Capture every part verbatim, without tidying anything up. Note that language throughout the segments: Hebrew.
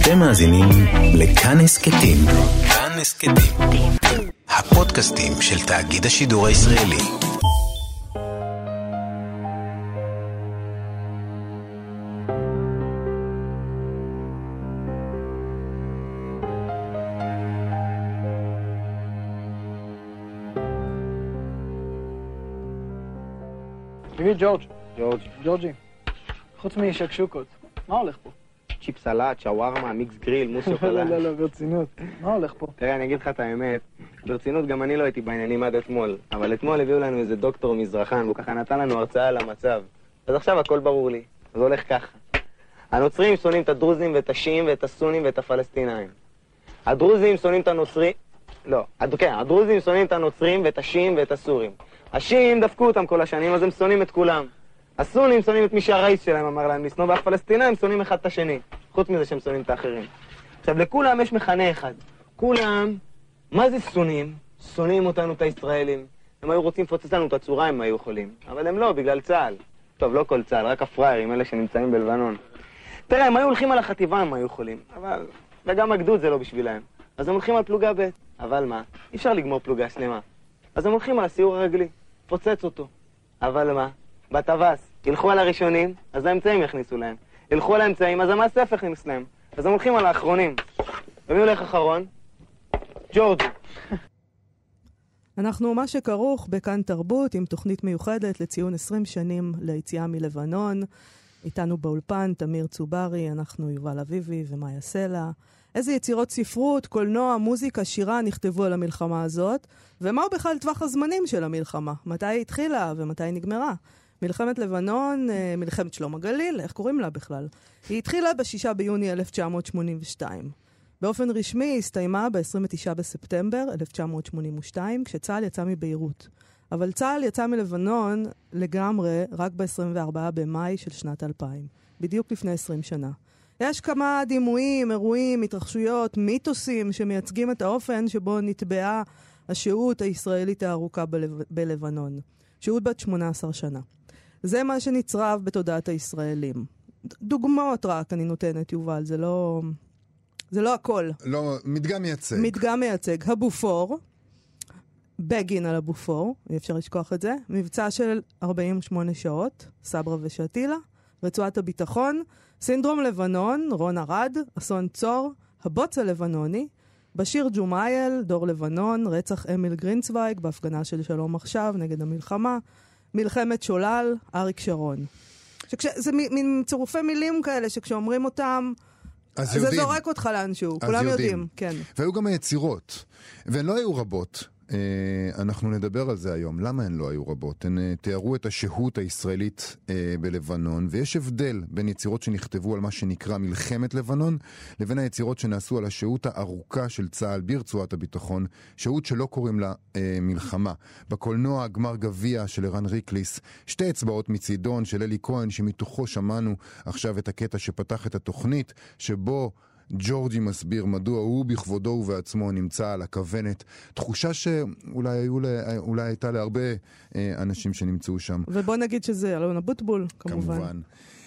אתם מאזינים לכאן הסכתים. כאן הסכתים, הפודקאסטים של תאגיד השידור הישראלי. תגיד, ג'ורג'. ג'ורג'. ג'ורג'י. חוץ משקשוקות, מה הולך פה? צ'יפ סלט, שווארמה, מיקס גריל, מוס שוקולד. לא, לא, לא, ברצינות. מה הולך פה? תראה, אני אגיד לך את האמת. ברצינות גם אני לא הייתי בעניינים עד אתמול. אבל אתמול הביאו לנו איזה דוקטור מזרחן, והוא ככה נתן לנו הרצאה על המצב. אז עכשיו הכל ברור לי. זה הולך ככה. הנוצרים שונאים את הדרוזים ואת השיעים ואת הסונים ואת הפלסטינאים. הדרוזים שונאים את הנוצרים... לא, כן, הדרוזים שונאים את הנוצרים ואת השיעים ואת הסורים. השיעים דפקו אותם כל השנים, אז הם שונאים את כולם. הסונים שונאים את מי שהרייס שלהם אמר להם לשנוא, והפלסטינאים שונאים אחד את השני. חוץ מזה שהם שונאים את האחרים. עכשיו, לכולם יש מכנה אחד. כולם, מה זה שונאים? שונאים אותנו את הישראלים. הם היו רוצים לפוצץ לנו את הצורה, הם היו יכולים. אבל הם לא, בגלל צה"ל. טוב, לא כל צה"ל, רק הפריירים, אלה שנמצאים בלבנון. תראה, הם היו הולכים על החטיבה, הם היו יכולים. אבל, וגם הגדוד זה לא בשבילהם. אז הם הולכים על פלוגה ב'. אבל מה? אי אפשר לגמור פלוגה שלמה. אז הם הולכים על הסיור הרגלי. פוצץ אותו. אבל מה? בטווס. ילכו על הראשונים, אז האמצעים יכניסו להם. ילכו על האמצעים, אז המאסף יכניס להם. אז הם הולכים על האחרונים. ומי הולך אחרון? ג'ורג'י. אנחנו מה שכרוך בכאן תרבות עם תוכנית מיוחדת לציון עשרים שנים ליציאה מלבנון. איתנו באולפן תמיר צוברי, אנחנו יובל אביבי ומאיה סלע. איזה יצירות ספרות, קולנוע, מוזיקה, שירה נכתבו על המלחמה הזאת, ומהו בכלל טווח הזמנים של המלחמה? מתי היא התחילה ומתי היא נגמרה? מלחמת לבנון, מלחמת שלום הגליל, איך קוראים לה בכלל? היא התחילה בשישה ביוני אלף תשע מאות שמונים ושתיים. באופן רשמי היא הסתיימה ב-עשרים ותשעה בספטמבר אלף תשע מאות שמונים ושתיים, כשצה"ל יצא מביירות. אבל צה"ל יצא מלבנון לגמרי רק ב-עשרים וארבעה במאי של שנת אלפיים, בדיוק לפני עשרים שנה. יש כמה דימויים, אירועים, התרחשויות, מיתוסים שמייצגים את האופן שבו נטבעה השהות הישראלית הארוכה בלב... בלבנון. שהות בת שמונה עשרה שנה. זה מה שנצרב בתודעת הישראלים. דוגמאות רק אני נותנת, יובל, זה לא... זה לא הכל. לא, מדגם מייצג. מדגם מייצג. הבופור, בגין על הבופור, אי אפשר לשכוח את זה. מבצע של ארבעים ושמונה שעות, סברה ושתילה. רצועת הביטחון, סינדרום לבנון, רון ארד, אסון צור, הבוץ הלבנוני, בשיר ג'ומייל, דור לבנון, רצח אמיל גרינצוויג, בהפגנה של שלום עכשיו נגד המלחמה, מלחמת שולל, אריק שרון. שכש, זה מין צירופי מילים כאלה שכשאומרים אותם, זה יודעים. זורק אותך לאנשהו, כולם יודעים. יודעים, כן. והיו גם היצירות, והן לא היו רבות. אנחנו נדבר על זה היום. למה הן לא היו רבות? הן תיארו את השהות הישראלית בלבנון, ויש הבדל בין יצירות שנכתבו על מה שנקרא מלחמת לבנון, לבין היצירות שנעשו על השהות הארוכה של צה"ל ברצועת הביטחון, שהות שלא קוראים לה מלחמה. בקולנוע גמר גביע של ערן ריקליס, שתי אצבעות מצידון של אלי כהן, שמתוכו שמענו עכשיו את הקטע שפתח את התוכנית, שבו ג'ורג'י מסביר מדוע הוא בכבודו ובעצמו נמצא על הכוונת. תחושה שאולי היו, אולי הייתה להרבה אנשים שנמצאו שם. ובוא נגיד שזה אלון אבוטבול, כמובן. כמובן.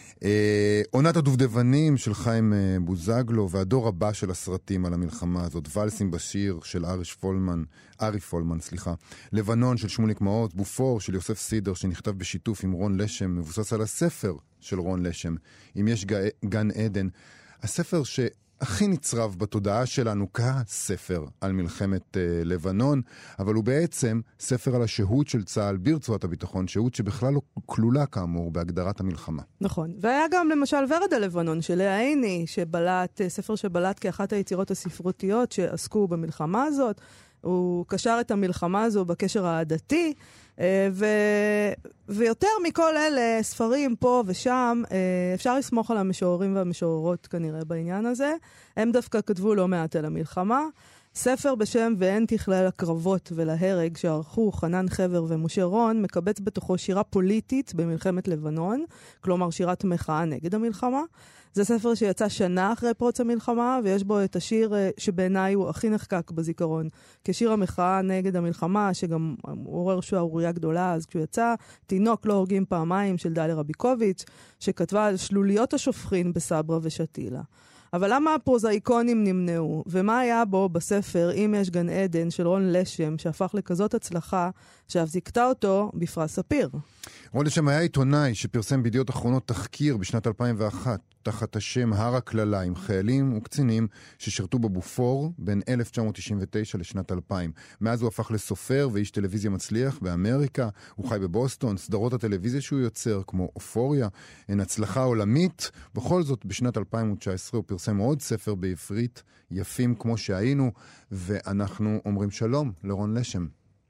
אה, עונת הדובדבנים של חיים בוזגלו, והדור הבא של הסרטים על המלחמה הזאת, ולסים בשיר של אריש פולמן, ארי פולמן, סליחה. לבנון של שמוליק מעוז, בופור של יוסף סידר, שנכתב בשיתוף עם רון לשם, מבוסס על הספר של רון לשם, אם יש גן עדן. הספר ש... הכי נצרב בתודעה שלנו כספר על מלחמת אה, לבנון, אבל הוא בעצם ספר על השהות של צה"ל ברצועת הביטחון, שהות שבכלל לא כלולה כאמור בהגדרת המלחמה. נכון, והיה גם למשל ורד הלבנון של לאה עיני, שבלט, ספר שבלט כאחת היצירות הספרותיות שעסקו במלחמה הזאת. הוא קשר את המלחמה הזו בקשר העדתי, ו... ויותר מכל אלה, ספרים פה ושם, אפשר לסמוך על המשוררים והמשוררות כנראה בעניין הזה. הם דווקא כתבו לא מעט על המלחמה. ספר בשם ואין תכלל הקרבות ולהרג שערכו חנן חבר ומשה רון, מקבץ בתוכו שירה פוליטית במלחמת לבנון, כלומר שירת מחאה נגד המלחמה. זה ספר שיצא שנה אחרי פרוץ המלחמה, ויש בו את השיר שבעיניי הוא הכי נחקק בזיכרון, כשיר המחאה נגד המלחמה, שגם עורר שערורייה גדולה, אז כשהוא יצא, תינוק לא הורגים פעמיים של דליה רביקוביץ', שכתבה על שלוליות השופכין בסברה ושתילה. אבל למה הפרוזאיקונים נמנעו? ומה היה בו בספר אם יש גן עדן של רון לשם, שהפך לכזאת הצלחה, שאף זיכתה אותו בפרס ספיר? רון לשם היה עיתונאי שפרסם בידיעות אחרונות תחקיר בשנת אלפיים ואחת, תחת השם הר הכללה, עם חיילים וקצינים ששרתו בבופור בין אלף תשע מאות תשעים ותשע לשנת אלפיים. מאז הוא הפך לסופר ואיש טלוויזיה מצליח באמריקה, הוא חי בבוסטון, סדרות הטלוויזיה שהוא יוצר כמו אופוריה, הן הצלחה עולמית. בכל זאת בשנת אלפיים ותשע עשרה הוא פרסם עוד ספר בעברית, יפים כמו שהיינו, ואנחנו אומרים שלום לרון לשם.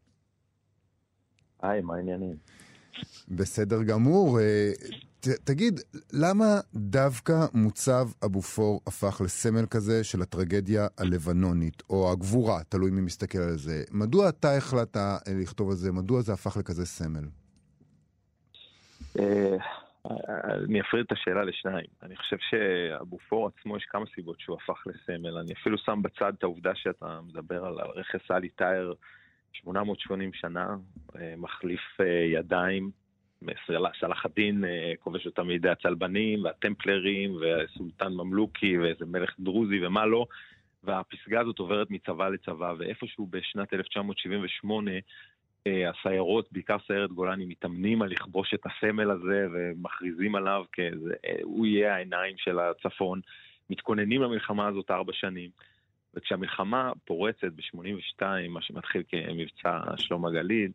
היי, מה העניינים? בסדר גמור. ת, תגיד, למה דווקא מוצב הבופור הפך לסמל כזה של הטרגדיה הלבנונית, או הגבורה, תלוי מי מסתכל על זה? מדוע אתה החלטת לכתוב על זה? מדוע זה הפך לכזה סמל? אני אפריד את השאלה לשניים. אני חושב שהבופור עצמו יש כמה סיבות שהוא הפך לסמל. אני אפילו שם בצד את העובדה שאתה מדבר על רכס אלי טאהר, שמונה מאות ושמונים שנה, מחליף ידיים, סלאח א-דין כובש אותם מידי הצלבנים והטמפלרים והסולטן ממלוכי ואיזה מלך דרוזי ומה לא, והפסגה הזאת עוברת מצבא לצבא, ואיפשהו בשנת אלף תשע מאות שבעים ושמונה הסיירות, בעיקר סיירת גולני, מתאמנים על לכבוש את הסמל הזה ומכריזים עליו שהוא יהיה העיניים של הצפון, מתכוננים למלחמה הזאת ארבע שנים. וכשהמלחמה פורצת ב-שמונים ושתיים, מה שמתחיל כמבצע שלום הגליל,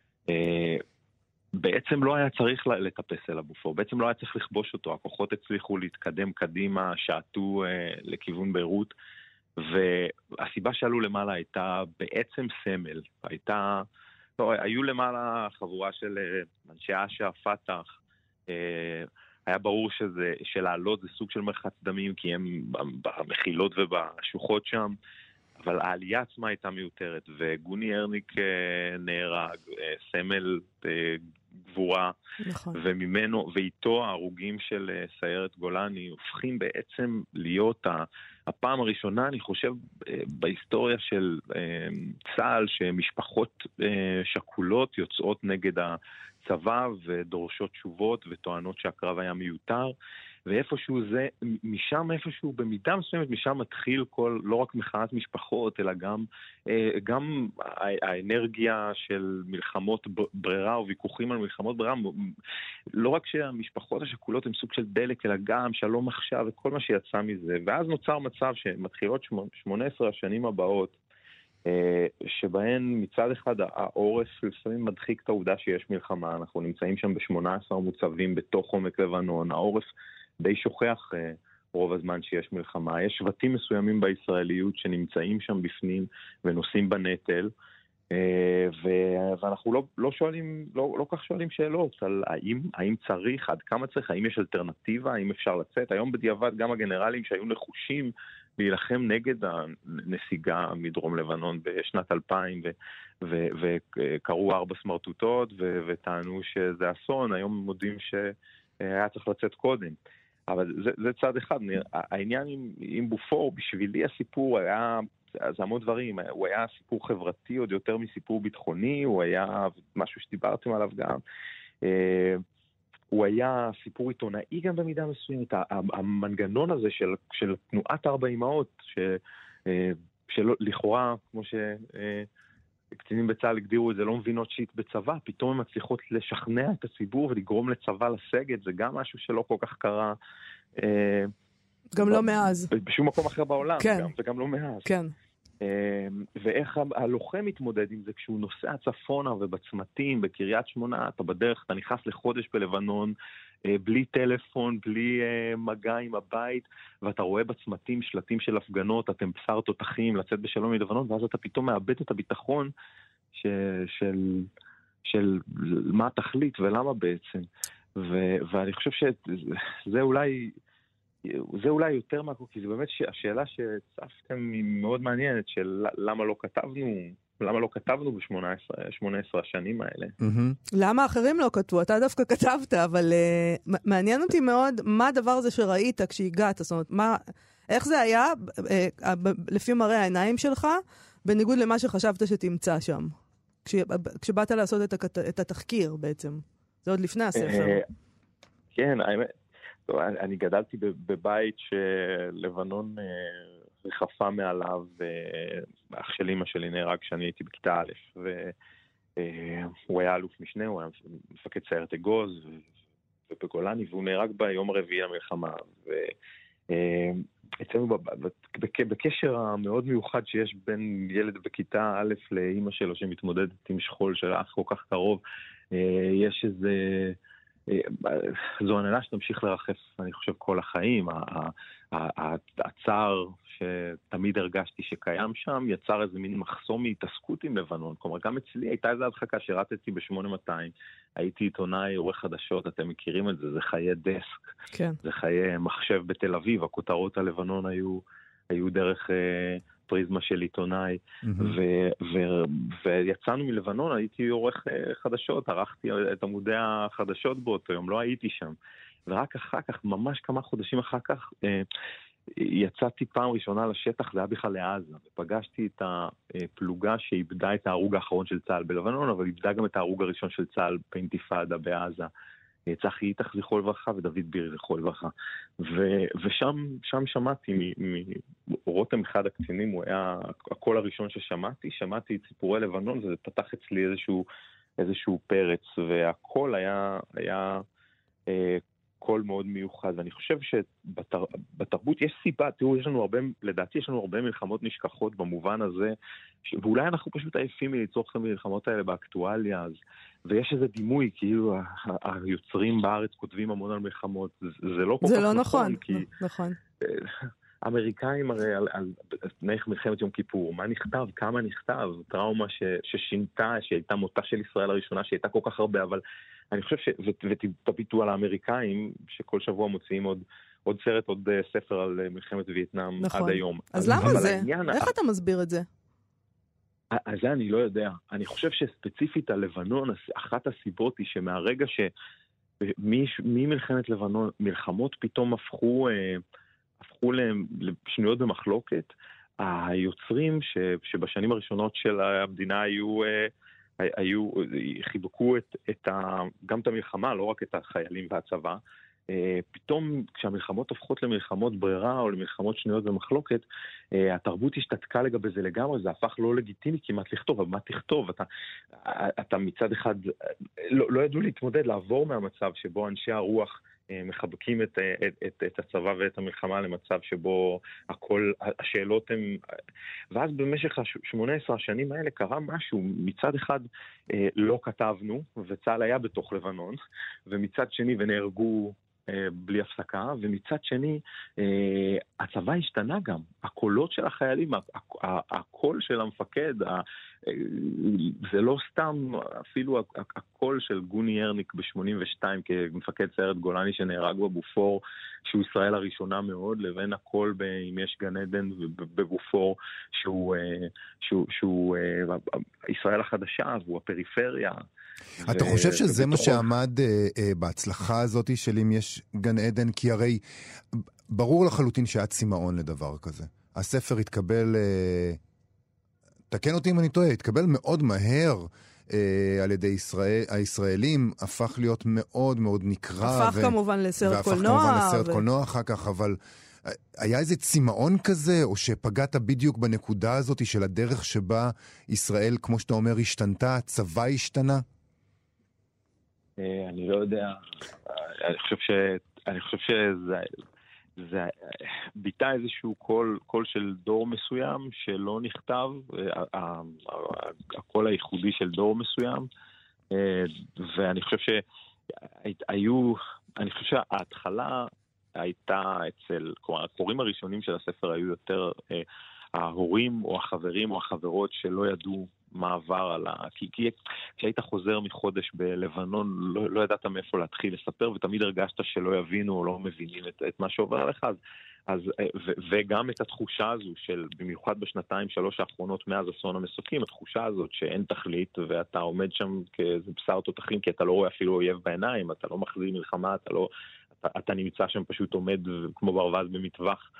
בעצם לא היה צריך לטפס אל הבופור, בעצם לא היה צריך לכבוש אותו, הכוחות הצליחו להתקדם קדימה, שעטו לכיוון ביירות, והסיבה שעלו למעלה הייתה בעצם סמל, הייתה, לא, היו למעלה חבורה של אנשי אש"ף, פת"ח, היה ברור שזה, שלעלות זה סוג של מרחץ דמים, כי הם במחילות ובשוחות שם, אבל העלייה עצמה הייתה מיותרת, וגוני הרניק נהרג, סמל גבורה, נכון. וממנו, ואיתו ההרוגים של סיירת גולני הופכים בעצם להיות הפעם הראשונה, אני חושב, בהיסטוריה של צה"ל, שמשפחות שכולות יוצאות נגד הצבא ודורשות תשובות וטוענות שהקרב היה מיותר, ואיפשהו זה, משם איפשהו, במידה מסוימת, משם מתחיל כל, לא רק מחאת משפחות, אלא גם, גם האנרגיה של מלחמות ברירה, או ויכוחים על מלחמות ברירה, לא רק שהמשפחות השכולות הן סוג של דלק, אלא גם שלום עכשיו, וכל מה שיצא מזה. ואז נוצר מצב שמתחילות שמונה עשרה השנים הבאות, שבהן מצד אחד העורף לפעמים מדחיק את העובדה שיש מלחמה, אנחנו נמצאים שם ב-שמונה עשרה מוצבים בתוך עומק לבנון, העורף די שוכח רוב הזמן שיש מלחמה, יש שבטים מסוימים בישראליות שנמצאים שם בפנים ונושאים בנטל, ואנחנו לא, לא שואלים, לא, לא כך שואלים שאלות על האם, האם צריך, עד כמה צריך, האם יש אלטרנטיבה, האם אפשר לצאת. היום בדיעבד גם הגנרלים שהיו נחושים להילחם נגד הנסיגה מדרום לבנון בשנת אלפיים וקראו ארבע סמרטוטות וטענו שזה אסון, היום מודים שהיה צריך לצאת קודם. אבל זה, זה צד אחד. העניין עם, עם בופור, בשבילי הסיפור היה, זה המון דברים, הוא היה סיפור חברתי עוד יותר מסיפור ביטחוני, הוא היה משהו שדיברתם עליו גם, הוא היה סיפור עיתונאי גם במידה מסוימת, המנגנון הזה של, של תנועת ארבע אמהות, שלכאורה, כמו שקצינים בצה"ל הגדירו את זה, לא מבינות שיט בצבא, פתאום הן מצליחות לשכנע את הציבור ולגרום לצבא לסגת, זה גם משהו שלא כל כך קרה. גם לא מאז. בשום מקום אחר בעולם, כן. גם, וגם לא מאז. כן. ואיך הלוחם מתמודד עם זה כשהוא נוסע צפונה ובצמתים בקריית שמונה, אתה בדרך, אתה נכנס לחודש בלבנון, בלי טלפון, בלי מגע עם הבית, ואתה רואה בצמתים שלטים של הפגנות, אתם בשר תותחים, לצאת בשלום מלבנון, ואז אתה פתאום מאבד את הביטחון ש, של, של מה התכלית ולמה בעצם. ו, ואני חושב שזה אולי... זה אולי יותר מהכל, כי זה באמת השאלה שצפתם היא מאוד מעניינת, של למה לא כתבנו, למה לא כתבנו ב-שמונה עשרה השנים האלה. למה אחרים לא כתבו? אתה דווקא כתבת, אבל מעניין אותי מאוד מה הדבר הזה שראית כשהגעת, זאת אומרת, איך זה היה לפי מראה העיניים שלך, בניגוד למה שחשבת שתמצא שם, כשבאת לעשות את התחקיר בעצם. זה עוד לפני הספר. כן, האמת, אני גדלתי בבית שלבנון רחפה מעליו, אח של אמא שלי נהרג כשאני הייתי בכיתה א', והוא היה אלוף משנה, הוא היה מפקד סיירת אגוז ובגולני, והוא נהרג ביום הרביעי המלחמה, ואצלנו בקשר המאוד מיוחד שיש בין ילד בכיתה א' לאמא שלו שמתמודדת עם שכול של אח כל כך קרוב, יש איזה... זו עננה שתמשיך לרחף, אני חושב, כל החיים. הצער שתמיד הרגשתי שקיים שם, יצר איזה מין מחסום מהתעסקות עם לבנון. כלומר, גם אצלי הייתה איזו הדחקה, שירתתי ב-שמונה מאתיים, הייתי עיתונאי, עורך חדשות, אתם מכירים את זה, זה חיי דסק, כן. זה חיי מחשב בתל אביב, הכותרות על לבנון היו, היו דרך... פריזמה של עיתונאי, ויצאנו מלבנון, הייתי עורך חדשות, ערכתי את עמודי החדשות באותו יום, לא הייתי שם. ורק אחר כך, ממש כמה חודשים אחר כך, יצאתי פעם ראשונה לשטח, זה היה בכלל לעזה, ופגשתי את הפלוגה שאיבדה את ההרוג האחרון של צה"ל בלבנון, אבל איבדה גם את ההרוג הראשון של צה"ל באינתיפאדה בעזה. צחי איתך זכרו לברכה ודוד ביר זכרו לברכה. ושם שם שמעתי מרותם אחד הקצינים, הוא היה הקול הראשון ששמעתי, שמעתי את סיפורי לבנון, וזה פתח אצלי איזשהו, איזשהו פרץ, והקול היה, היה אה, קול מאוד מיוחד. ואני חושב שבתרבות יש סיבה, תראו, יש לנו הרבה, לדעתי יש לנו הרבה מלחמות נשכחות במובן הזה, ש... ואולי אנחנו פשוט עייפים מליצור את המלחמות האלה באקטואליה, אז... ויש איזה דימוי, כאילו היוצרים בארץ כותבים המון על מלחמות, זה, זה לא כל כך לא נכון, נכון, כי... נכון. אמריקאים הרי על, על, על מלחמת יום כיפור, מה נכתב, כמה נכתב, טראומה ש, ששינתה, שהייתה מותה של ישראל הראשונה, שהייתה כל כך הרבה, אבל אני חושב ש... ותביטו על האמריקאים, שכל שבוע מוציאים עוד, עוד סרט, עוד ספר על מלחמת וייטנאם נכון. עד היום. אז למה זה? העניין, איך אתה מסביר את זה? אז זה אני לא יודע. אני חושב שספציפית על לבנון, אחת הסיבות היא שמהרגע שממלחמת לבנון, מלחמות פתאום הפכו, הפכו לשנויות במחלוקת, היוצרים ש, שבשנים הראשונות של המדינה היו, היו חיבקו את, את ה, גם את המלחמה, לא רק את החיילים והצבא, פתאום כשהמלחמות הופכות למלחמות ברירה או למלחמות שנויות במחלוקת, התרבות השתתקה לגבי זה לגמרי, זה הפך לא לגיטימי כמעט לכתוב, אבל מה תכתוב? אתה, אתה מצד אחד לא, לא ידעו להתמודד, לעבור מהמצב שבו אנשי הרוח מחבקים את, את, את, את הצבא ואת המלחמה למצב שבו הכל, השאלות הן... ואז במשך ה-שמונה עשרה השנים האלה קרה משהו, מצד אחד לא כתבנו, וצה"ל היה בתוך לבנון, ומצד שני ונהרגו בלי הפסקה, ומצד שני הצבא השתנה גם, הקולות של החיילים, הקול של המפקד, זה לא סתם אפילו הקול של גוני הרניק ב-שמונים ושתיים כמפקד סיירת גולני שנהרג בבופור, שהוא ישראל הראשונה מאוד, לבין הקול אם יש גן עדן בבופור שהוא, שהוא, שהוא ישראל החדשה והוא הפריפריה. אתה חושב שזה מה שעמד בהצלחה הזאת של אם יש גן עדן? כי הרי ברור לחלוטין שהיה צימאון לדבר כזה. הספר התקבל, תקן אותי אם אני טועה, התקבל מאוד מהר על ידי ישראל, הישראלים, הפך להיות מאוד מאוד נקרא. הפך כמובן לסרט קולנוע. והפך כמובן לסרט קולנוע אחר כך, אבל היה איזה צימאון כזה, או שפגעת בדיוק בנקודה הזאת של הדרך שבה ישראל, כמו שאתה אומר, השתנתה, הצבא השתנה? אני לא יודע. אני חושב ש... אני חושב שזה... זה ביטא איזשהו קול, קול של דור מסוים שלא נכתב, הקול הייחודי של דור מסוים, ואני חושב שהיו, אני חושב שההתחלה הייתה אצל, כלומר, הקוראים הראשונים של הספר היו יותר ההורים או החברים או החברות שלא ידעו מה עבר על ה... כי, כי כשהיית חוזר מחודש בלבנון, לא, לא ידעת מאיפה להתחיל לספר, ותמיד הרגשת שלא יבינו או לא מבינים את, את מה שעובר עליך. אז, אז, ו, וגם את התחושה הזו של, במיוחד בשנתיים, שלוש האחרונות מאז אסון המסוקים, התחושה הזאת שאין תכלית, ואתה עומד שם כאיזה בשר תותחים, כי אתה לא רואה אפילו אויב בעיניים, אתה לא מחזיר מלחמה, אתה לא... אתה, אתה נמצא שם פשוט עומד כמו ברווז במטווח.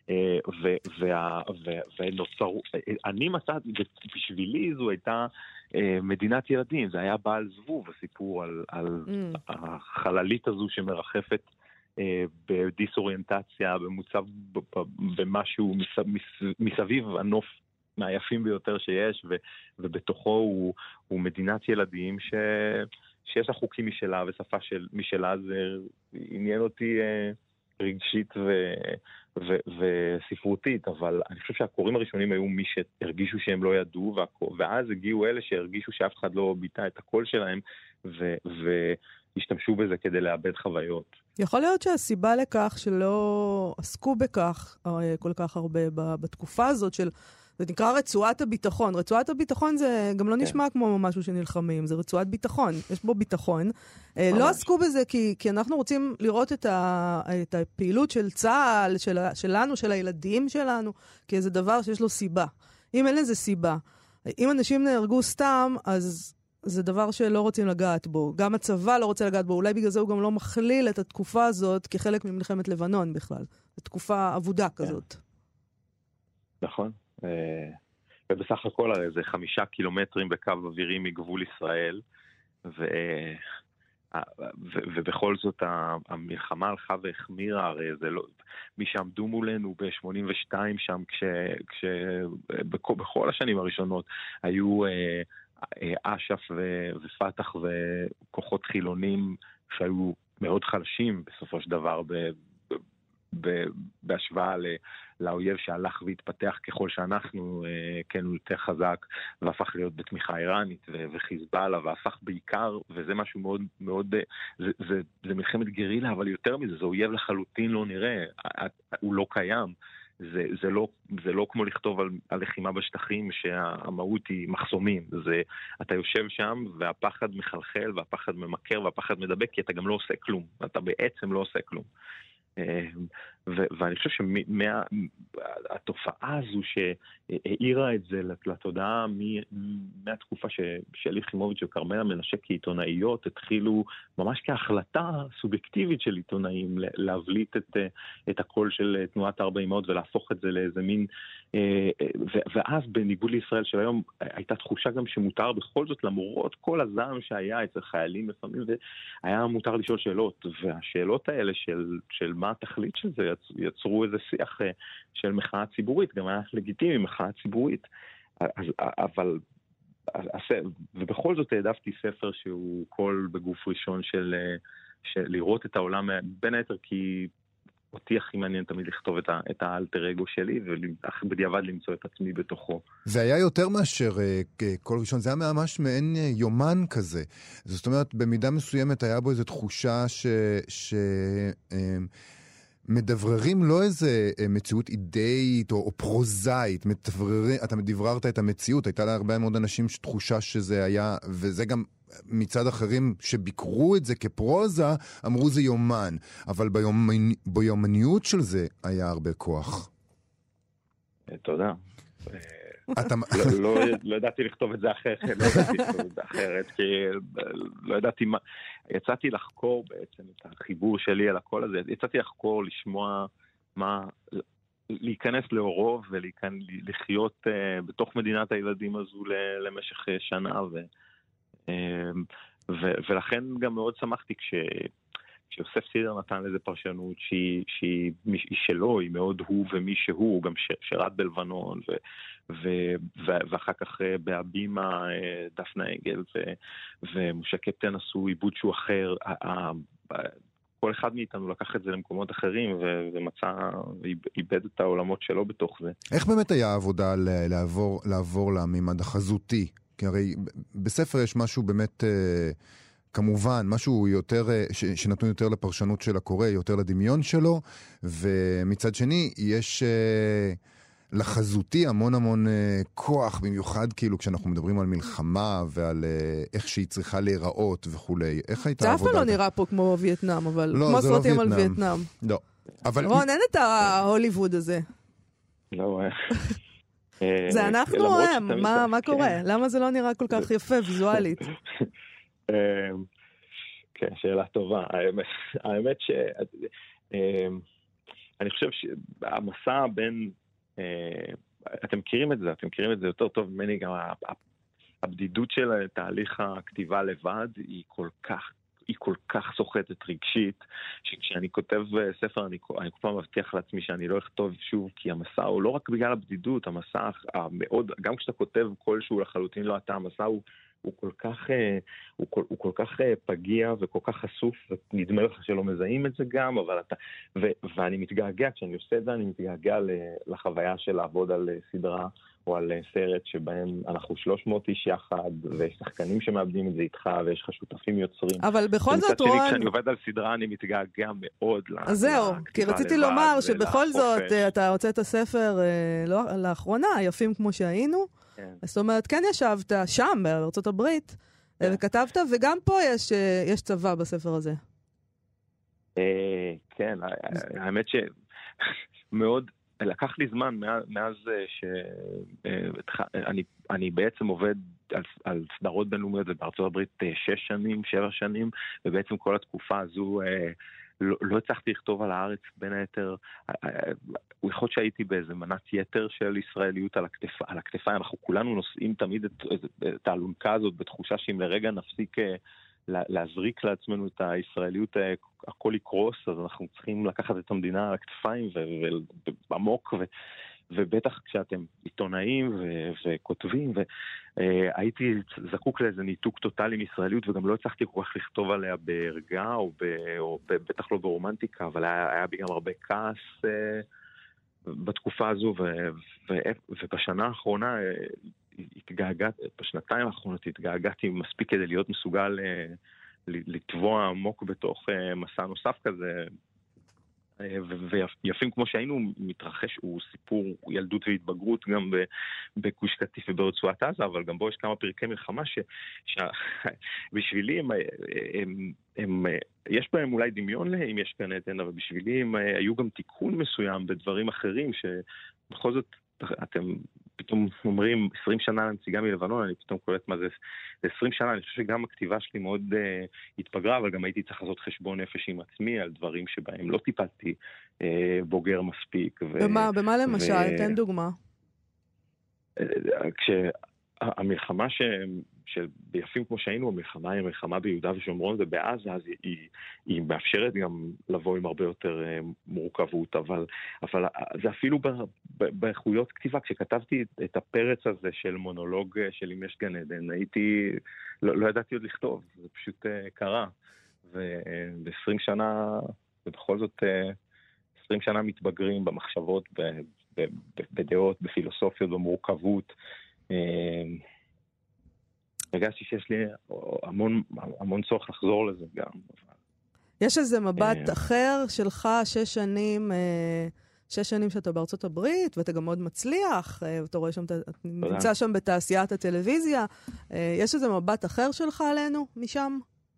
ונוצרו, אני מצאתי, בשבילי זו הייתה מדינת ילדים, זה היה בעל זבוב, הסיפור על החללית הזו שמרחפת בדיסאוריינטציה, במוצב, במשהו מסביב הנוף מהיפים ביותר שיש, ובתוכו הוא, הוא מדינת ילדים ש... שיש לה חוקים משלה ושפה של, משלה. זה עניין אותי רגשית ו... ו... וספרותית, אבל אני חושב שהקוראים הראשונים היו מי שהרגישו שהם לא ידעו, ואז הגיעו אלה שהרגישו שאף אחד לא ביטא את הקול שלהם, ו... והשתמשו בזה כדי לאבד חוויות. יכול להיות שהסיבה לכך שלא עסקו בכך כל כך הרבה בתקופה הזאת של, זה נקרא רצועת הביטחון. רצועת הביטחון זה גם לא נשמע כמו משהו שנלחמים, זה רצועת ביטחון, יש בו ביטחון. לא עסקו בזה כי, כי אנחנו רוצים לראות את, ה, את הפעילות של צה"ל, של, שלנו, של הילדים שלנו, כי זה דבר שיש לו סיבה. אם אין לזה סיבה, אם אנשים נהרגו סתם, אז זה דבר שלא רוצים לגעת בו. גם הצבא לא רוצה לגעת בו, אולי בגלל זה הוא גם לא מכליל את התקופה הזאת כחלק ממלחמת לבנון בכלל. זו תקופה עבודה כזאת. נכון. ובסך הכל הרי זה חמישה קילומטרים בקו אווירי מגבול ישראל, ו... ו... ובכל זאת המלחמה הלכה והחמירה, הרי זה לא... מי שעמדו מולנו ב-שמונים ושתיים שם, כש... כש... בכל... בכל השנים הראשונות היו אש"ף ו... ופתח וכוחות חילונים שהיו מאוד חלשים בסופו של דבר ב... בהשוואה לאויב שהלך והתפתח ככל שאנחנו, כן, הוא יותר חזק והפך להיות בתמיכה איראנית וחיזבאללה, והפך בעיקר, וזה משהו מאוד מאוד, זה, זה, זה מלחמת גרילה, אבל יותר מזה, זה אויב לחלוטין לא נראה, הוא לא קיים. זה, זה לא, זה לא כמו לכתוב על, על לחימה בשטחים שהמהות היא מחסומים. זה, אתה יושב שם והפחד מחלחל והפחד ממכר והפחד מדבק, כי אתה גם לא עושה כלום. אתה בעצם לא עושה כלום. ואני חושב שהתופעה הזו שהעירה את זה לתודעה מהתקופה שלי יחימוביץ' וכרמלה מנשה כעיתונאיות התחילו ממש כהחלטה סובייקטיבית של עיתונאים להבליט את, את הקול של תנועת ארבע אמהות ולהפוך את זה לאיזה מין, ואז בניגוד לישראל של היום הייתה תחושה גם שמותר בכל זאת, למרות כל הזעם שהיה אצל חיילים לפעמים, והיה מותר לשאול שאלות, והשאלות האלה של, של מה התכלית של זה יצרו איזה שיח של מחאה ציבורית, גם היה לגיטימי מחאה ציבורית, אז, אבל ובכל זאת העדפתי ספר שהוא קול בגוף ראשון של, של לראות את העולם, בין היתר כי אותי הכי מעניין תמיד לכתוב את, ה, את האלטר אגו שלי, ובדיעבד למצוא את עצמי בתוכו. זה היה יותר מאשר uh, קול ראשון, זה היה ממש מעין uh, יומן כזה. זאת אומרת, במידה מסוימת היה בו איזו תחושה ש... ש uh, מדבררים לא איזה uh, מציאות אידאית או, או פרוזאית, מדבררים, אתה מדבררת את המציאות, הייתה לה הרבה מאוד אנשים תחושה שזה היה, וזה גם מצד אחרים שביקרו את זה כפרוזה, אמרו זה יומן, אבל ביומנ... ביומניות של זה היה הרבה כוח. תודה. אתה... לא, לא, לא ידעתי לכתוב את זה אחרת, לא ידעתי לכתוב את זה אחרת, כי לא ידעתי מה, יצאתי לחקור בעצם את החיבור שלי על הכל הזה, יצאתי לחקור, לשמוע מה, להיכנס לאורוב ולחיות uh, בתוך מדינת הילדים הזו למשך שנה, ו, uh, ו, ולכן גם מאוד שמחתי כש... כשיוסף סידר נתן לזה פרשנות שהיא, שהיא, שהיא שלו, היא מאוד הוא ומי שהוא, הוא גם שרת בלבנון, ו, ו, ו, ואחר כך בהבימה דפנה עגל ו, ומשה קפטן עשו עיבוד שהוא אחר. כל אחד מאיתנו לקח את זה למקומות אחרים ו, ומצא, ואיבד את העולמות שלו בתוך זה. איך באמת היה העבודה לעבור, לעבור לממד החזותי? כי הרי בספר יש משהו באמת... כמובן, משהו יותר, ש, שנתנו יותר לפרשנות של הקורא, יותר לדמיון שלו, ומצד שני, יש uh, לחזותי המון המון uh, כוח, במיוחד כאילו כשאנחנו מדברים על מלחמה, ועל uh, איך שהיא צריכה להיראות וכולי. איך הייתה זה אף עבודה? פעם לא נראה פה כמו וייטנאם, אבל לא, כמו סרטים לא על וייטנאם. לא. אבל... רון, אין את ההוליווד הזה. לא, זה אנחנו או הם? מה, מה קורה? למה זה לא נראה כל כך יפה ויזואלית? כן, שאלה טובה. האמת ש... אני חושב שהמסע בין... אתם מכירים את זה, אתם מכירים את זה יותר טוב ממני, גם הבדידות של תהליך הכתיבה לבד היא כל כך היא כל כך סוחטת רגשית, שכשאני כותב ספר, אני, אני כל פעם מבטיח לעצמי שאני לא אכתוב שוב, כי המסע הוא לא רק בגלל הבדידות, המסע המאוד, גם כשאתה כותב כלשהו לחלוטין לא אתה, המסע הוא, הוא כל כך, הוא כל, הוא כל כך פגיע וכל כך חשוף, ונדמה לך שלא מזהים את זה גם, אבל אתה, ו, ואני מתגעגע, כשאני עושה את זה, אני מתגעגע לחוויה של לעבוד על סדרה, או על סרט שבהם אנחנו שלוש מאות איש יחד, ויש שחקנים שמאבדים את זה איתך, ויש לך שותפים יוצרים. אבל בכל זאת, רון... כשאני עובד על סדרה, אני מתגעגע מאוד. אז זהו, כי רציתי לומר שבכל זאת, אתה הוצאת ספר לאחרונה, יפים כמו שהיינו, זאת אומרת, כן ישבת שם, בארצות הברית, וכתבת, וגם פה יש צבא בספר הזה. כן, האמת שמאוד... לקח לי זמן מאז שאני אני בעצם עובד על, על סדרות בינלאומיות בארצות הברית שש שנים, שבע שנים, ובעצם כל התקופה הזו לא, לא הצלחתי לכתוב על הארץ בין היתר. הוא יכול שהייתי באיזה מנת יתר של ישראליות על הכתפיים, על הכתפיים. אנחנו כולנו נושאים תמיד את, את האלונקה הזאת בתחושה שאם לרגע נפסיק להזריק לעצמנו את הישראליות, הכל יקרוס, אז אנחנו צריכים לקחת את המדינה על הכתפיים ועמוק, ובטח כשאתם עיתונאים וכותבים, והייתי זקוק לאיזה ניתוק טוטלי מישראליות, וגם לא הצלחתי כל כך לכתוב עליה בהרגע, או בטח לא ברומנטיקה, אבל היה בי גם הרבה כעס בתקופה הזו, ובשנה האחרונה התגעגעת, בשנתיים האחרונות התגעגעתי מספיק כדי להיות מסוגל לטבוע עמוק בתוך מסע נוסף כזה, ויפים כמו שהיינו מתרחש, הוא סיפור ילדות והתבגרות גם בגוש קטיף וברצועת עזה, אבל גם בו יש כמה פרקי מלחמה שבשבילי הם, הם, הם, יש בהם אולי דמיון להם, יש כאן עדן, אבל בשבילי הם היו גם תיקון מסוים בדברים אחרים שבכל זאת אתם פתאום אומרים עשרים שנה לנציגה מלבנון, אני פתאום קולט מה זה עשרים שנה, אני חושב שגם הכתיבה שלי מאוד uh, התפגרה, אבל גם הייתי צריך לעשות חשבון נפש עם עצמי על דברים שבהם לא טיפלתי uh, בוגר מספיק. ו- במה, במה למשל? ו- תן דוגמה. כשהמלחמה ש... שביפים כמו שהיינו, המלחמה היא המלחמה ביהודה ושומרון ובעזה, אז היא, היא מאפשרת גם לבוא עם הרבה יותר מורכבות, אבל, אבל זה אפילו באיכויות כתיבה, כשכתבתי את הפרץ הזה של מונולוג של אם יש גן עדן, הייתי, לא, לא ידעתי עוד לכתוב, זה פשוט קרה, ו-עשרים שנה, ובכל זאת עשרים שנה מתבגרים במחשבות, בדעות, בפילוסופיות, במורכבות, הרגשתי שיש לי המון, המון צורך לחזור לזה גם. יש איזה מבט אחר שלך, שש שנים, שש שנים שאתה בארצות הברית, ואתה גם מאוד מצליח, ואתה רואה שם, אתה נמצא שם בתעשיית הטלוויזיה. יש איזה מבט אחר שלך עלינו, משם?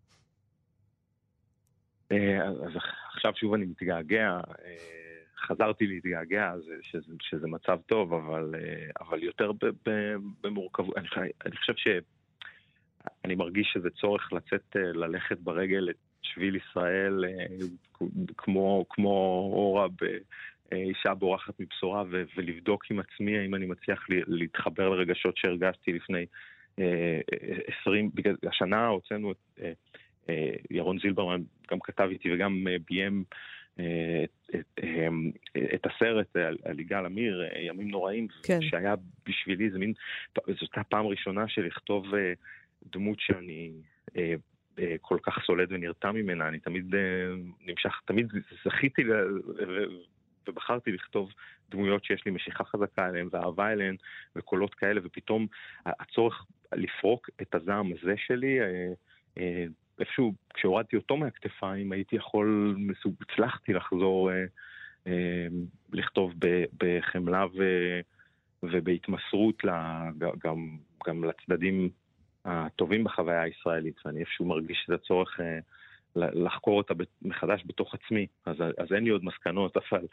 אז עכשיו שוב אני מתגעגע, חזרתי להתגעגע, שזה, שזה מצב טוב, אבל, אבל יותר במורכבות. אני, אני חושב ש... אני מרגיש שזה צורך לצאת, ללכת ברגל את שביל ישראל, כמו, כמו אורה באישה בורחת מבשורה, ו- ולבדוק עם עצמי האם אני מצליח להתחבר לרגשות שהרגשתי לפני עשרים, בגלל השנה הוצאנו את ירון זילברמן, גם כתב איתי וגם ביים את, את, את הסרט על יגאל עמיר, ימים נוראים, כן. שהיה בשבילי, זה מין, זאת הפעם ראשונה של לכתוב דמות שאני אה, אה, כל כך סולד ונרתע ממנה, אני תמיד אה, נמשך, תמיד זכיתי ל, ו, ובחרתי לכתוב דמויות שיש לי משיכה חזקה אליהן ואהבה אליהן וקולות כאלה, ופתאום הצורך לפרוק את הזעם הזה שלי, אה, אה, איפשהו כשהורדתי אותו מהכתפיים, הייתי יכול, מסוג, הצלחתי לחזור אה, אה, לכתוב ב, בחמלה ו, ובהתמסרות גם, גם לצדדים הטובים בחוויה הישראלית, ואני איפשהו מרגיש את הצורך אה, לחקור אותה מחדש בתוך עצמי, אז, אז אין לי עוד מסקנות, אבל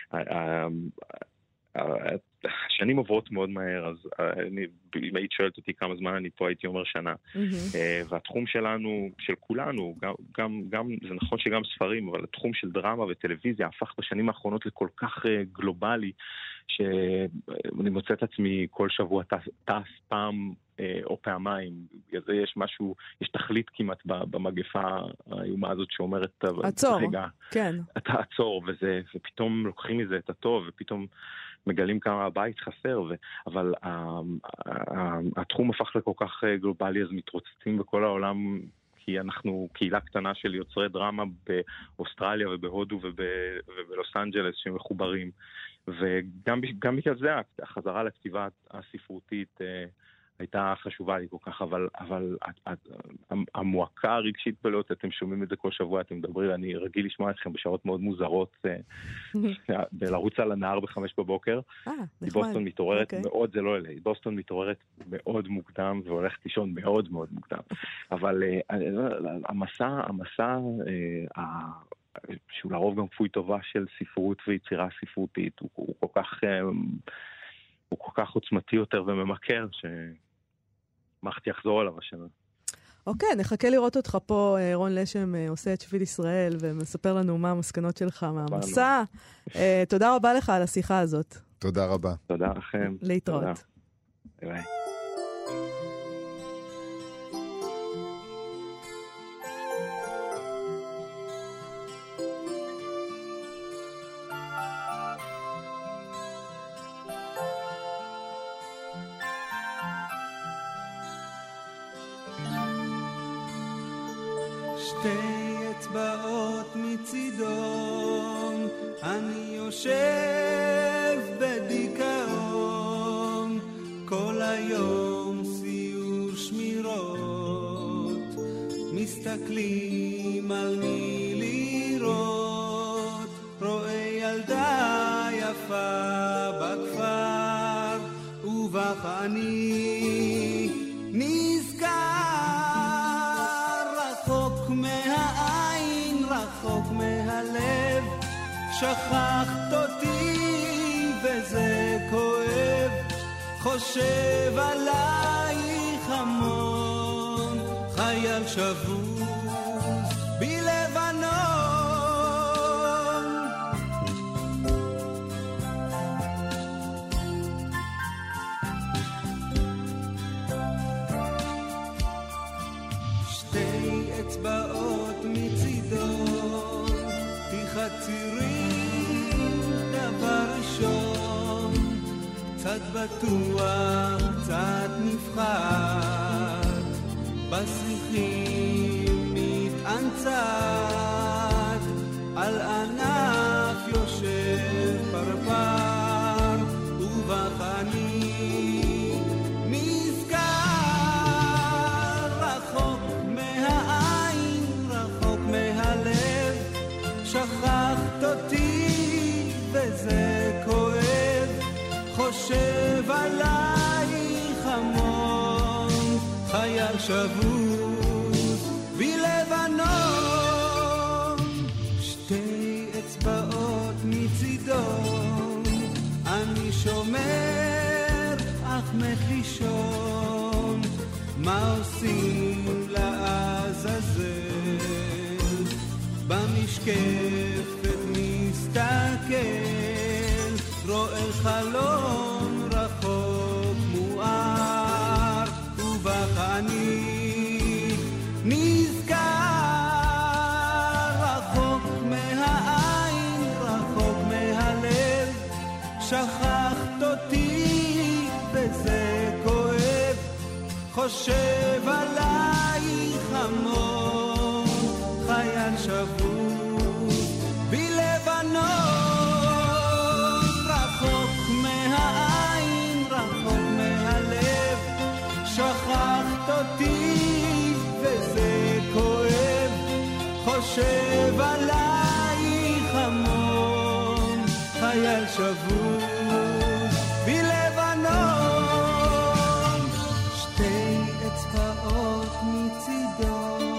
השנים עוברות מאוד מהר, אז אני, אם היית שואלת אותי כמה זמן אני פה, הייתי אומר שנה. Mm-hmm. והתחום שלנו, של כולנו, גם, גם, גם, זה נכון שגם ספרים, אבל התחום של דרמה וטלוויזיה הפך בשנים האחרונות לכל כך גלובלי, שאני מוצא את עצמי כל שבוע טס, טס פעם או פעמיים. בגלל זה יש משהו, יש תכלית כמעט במגפה האיומה הזאת שאומרת, עצור, רגע, כן. אתה עצור, וזה, ופתאום לוקחים מזה את הטוב, ופתאום מגלים כמה הבית חסר, ו... אבל ה... ה... התחום הפך לכל כך גלובלי, אז מתרוצצים בכל העולם, כי אנחנו קהילה קטנה של יוצרי דרמה באוסטרליה ובהודו וב... ובלוס אנג'לס שמחוברים. וגם גם בגלל זה החזרה לכתיבה הספרותית הייתה חשובה לי כל כך, אבל, אבל המועקה הרגשית בלוט, אתם שומעים את זה כל שבוע, אתם מדברים, אני רגיל לשמוע אתכם בשעות מאוד מוזרות, בלרוץ על הנהר בחמש בבוקר. בוסטון מתעוררת מאוד, זה לא אלה, בוסטון מתעוררת מאוד מוקדם, והולכת לישון מאוד מאוד מוקדם. אבל המסע, המסע, שהוא לרוב גם כפוי טובה של ספרות ויצירה ספרותית, הוא, הוא כל כך הוא כל כך עוצמתי יותר וממכר שמחתי לחזור עליו השנה. אוקיי, נחכה לראות אותך פה, רון לשם עושה את שביל ישראל ומספר לנו מה המסקנות שלך מהמסע. תודה רבה לך על השיחה הזאת. תודה רבה. תודה לכם. להתראות. ביי ביי. שתי אצבעות מצידון, אני יושב בדיכאון, כל היום סיור שמירות, מסתכלים על מי לראות, רואה ילדה יפה בכפר, ובך אני נזכר, רחוק מהעין, רחוק מהלב, שכחת אותי וזה כואב, חושב עלייך המון, חייל שבוז בלבנון. שתי אצבעות מצידון, תחצירים דבר ראשון, קצת בטוח, קצת נפחד, בשיחים מתענצת, על ענף יושב פרפר, ובך אני נזכר, רחוק מהעין, רחוק מהלב, שכחת אותי וזה כואב, חושב עלייך המון, חייל שבוז בלבנון. שתי אצבעות מצידון, אני שומר אך מחישון, מה עושים לעזאזל, במשקפת מסתכל, רואה חלון רחוק מואר, ובך אני נזכר, רחוק מהעין, רחוק מהלב, שכחת אותי וזה כואב, חושב עלייך המון, חייל שבוז בלבנון. שכחת אותי וזה כואב, חושב עלייך המון, חייל שבוז בלבנון. שתי אצבעות מצידון.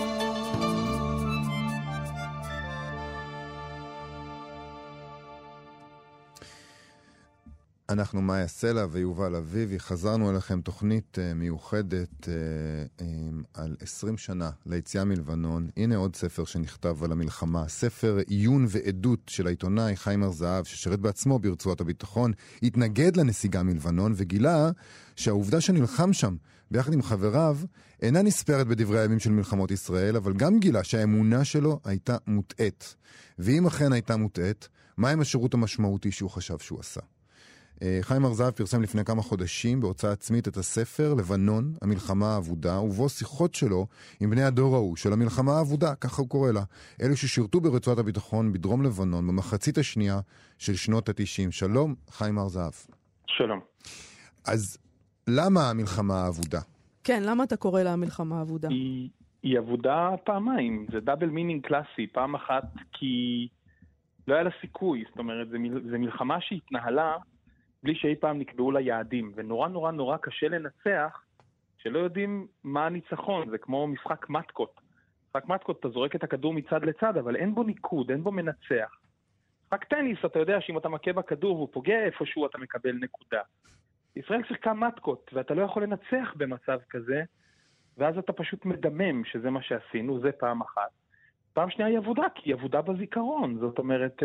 אנחנו מאיה סלע ויובל אביבי, חזרנו אליכם תוכנית uh, מיוחדת uh, um, על עשרים שנה ליציאה מלבנון. הנה עוד ספר שנכתב על המלחמה, ספר עיון ועדות של העיתונאי חיים הר-זהב, ששרת בעצמו ברצועת הביטחון, התנגד לנסיגה מלבנון וגילה שהעובדה שנלחם שם ביחד עם חבריו אינה נספרת בדברי הימים של מלחמות ישראל, אבל גם גילה שהאמונה שלו הייתה מוטעת. ואם אכן הייתה מוטעת, מה עם השירות המשמעותי שהוא חשב שהוא עשה? חיים הר-זהב פרסם לפני כמה חודשים בהוצאה עצמית את הספר לבנון, המלחמה האבודה, ובו שיחות שלו עם בני הדור ההוא של המלחמה האבודה, ככה הוא קורא לה, אלו ששירתו ברצועת הביטחון בדרום לבנון במחצית השנייה של שנות ה-תשעים. שלום, חיים הר-זהב. שלום. אז למה המלחמה האבודה? כן, למה אתה קורא לה המלחמה האבודה? היא, היא אבודה פעמיים, זה דאבל מינינג קלאסי. פעם אחת כי לא היה לה סיכוי, זאת אומרת, זה, מל, זה מלחמה שהתנהלה בלי שאי פעם נקבעו לה יעדים, ונורא נורא נורא קשה לנצח שלא יודעים מה הניצחון. זה כמו משחק מתקות. משחק מתקות, אתה זורק את הכדור מצד לצד, אבל אין בו ניקוד, אין בו מנצח. משחק טניס, אתה יודע שאם אתה מכה בכדור והוא פוגע איפשהו, אתה מקבל נקודה. ישראל שיחקה מתקות, ואתה לא יכול לנצח במצב כזה, ואז אתה פשוט מדמם שזה מה שעשינו, זה פעם אחת. פעם שנייה היא עבודה, כי היא עבודה בזיכרון. זאת אומרת,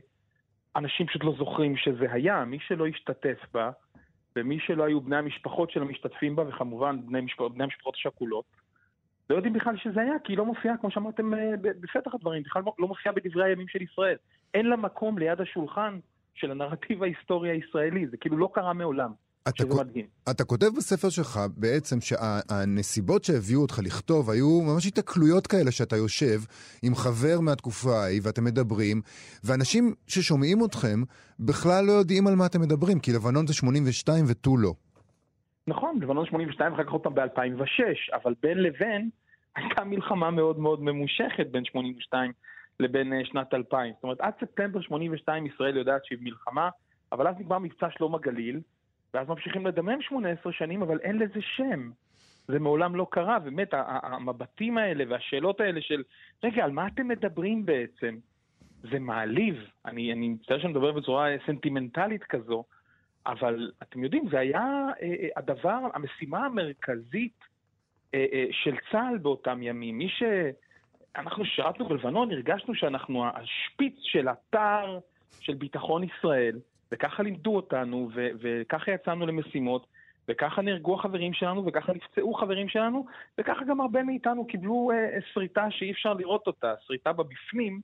אנשים פשוט לא זוכרים שזה היה, מי שלא השתתף בה, ומי שלא היו בני המשפחות של המשתתפים בה, וכמובן בני, משפח, בני המשפחות השכולות, לא יודעים בכלל שזה היה, כי היא לא מופיעה, כמו שאמרתם בפתח הדברים, בכלל לא מופיעה בדברי הימים של ישראל. אין לה מקום ליד השולחן של הנרטיב ההיסטורי הישראלי, זה כאילו לא קרה מעולם. אתה, אתה כותב בספר שלך בעצם שהנסיבות שהביאו אותך לכתוב היו ממש התקלויות כאלה שאתה יושב עם חבר מהתקופה ההיא ואתם מדברים, ואנשים ששומעים אתכם בכלל לא יודעים על מה אתם מדברים, כי לבנון זה שמונים ושתיים ותו לא. נכון, לבנון שמונים ושתיים אחר כך עוד פעם ב-אלפיים ושש, אבל בין לבין הייתה מלחמה מאוד מאוד ממושכת בין שמונים ושתיים לבין שנת אלפיים. זאת אומרת, עד ספטמבר שמונים ושתיים ישראל יודעת שהיא מלחמה, אבל אז נקבע מבצע שלום הגליל, ואז ממשיכים לדמם שמונה עשרה שנים, אבל אין לזה שם. זה מעולם לא קרה, באמת, המבטים האלה והשאלות האלה של, רגע, על מה אתם מדברים בעצם? זה מעליב. אני, אני מצטער שאני מדבר בצורה סנטימנטלית כזו, אבל אתם יודעים, זה היה אה, הדבר, המשימה המרכזית אה, אה, של צה"ל באותם ימים. מי שאנחנו שרתנו בלבנון, הרגשנו שאנחנו השפיץ של אתר של ביטחון ישראל, וככה לימדו אותנו, ו- וככה יצאנו למשימות, וככה נהרגו החברים שלנו, וככה נפצעו חברים שלנו, וככה גם הרבה מאיתנו קיבלו אה, שריטה שאי אפשר לראות אותה, שריטה בבפנים,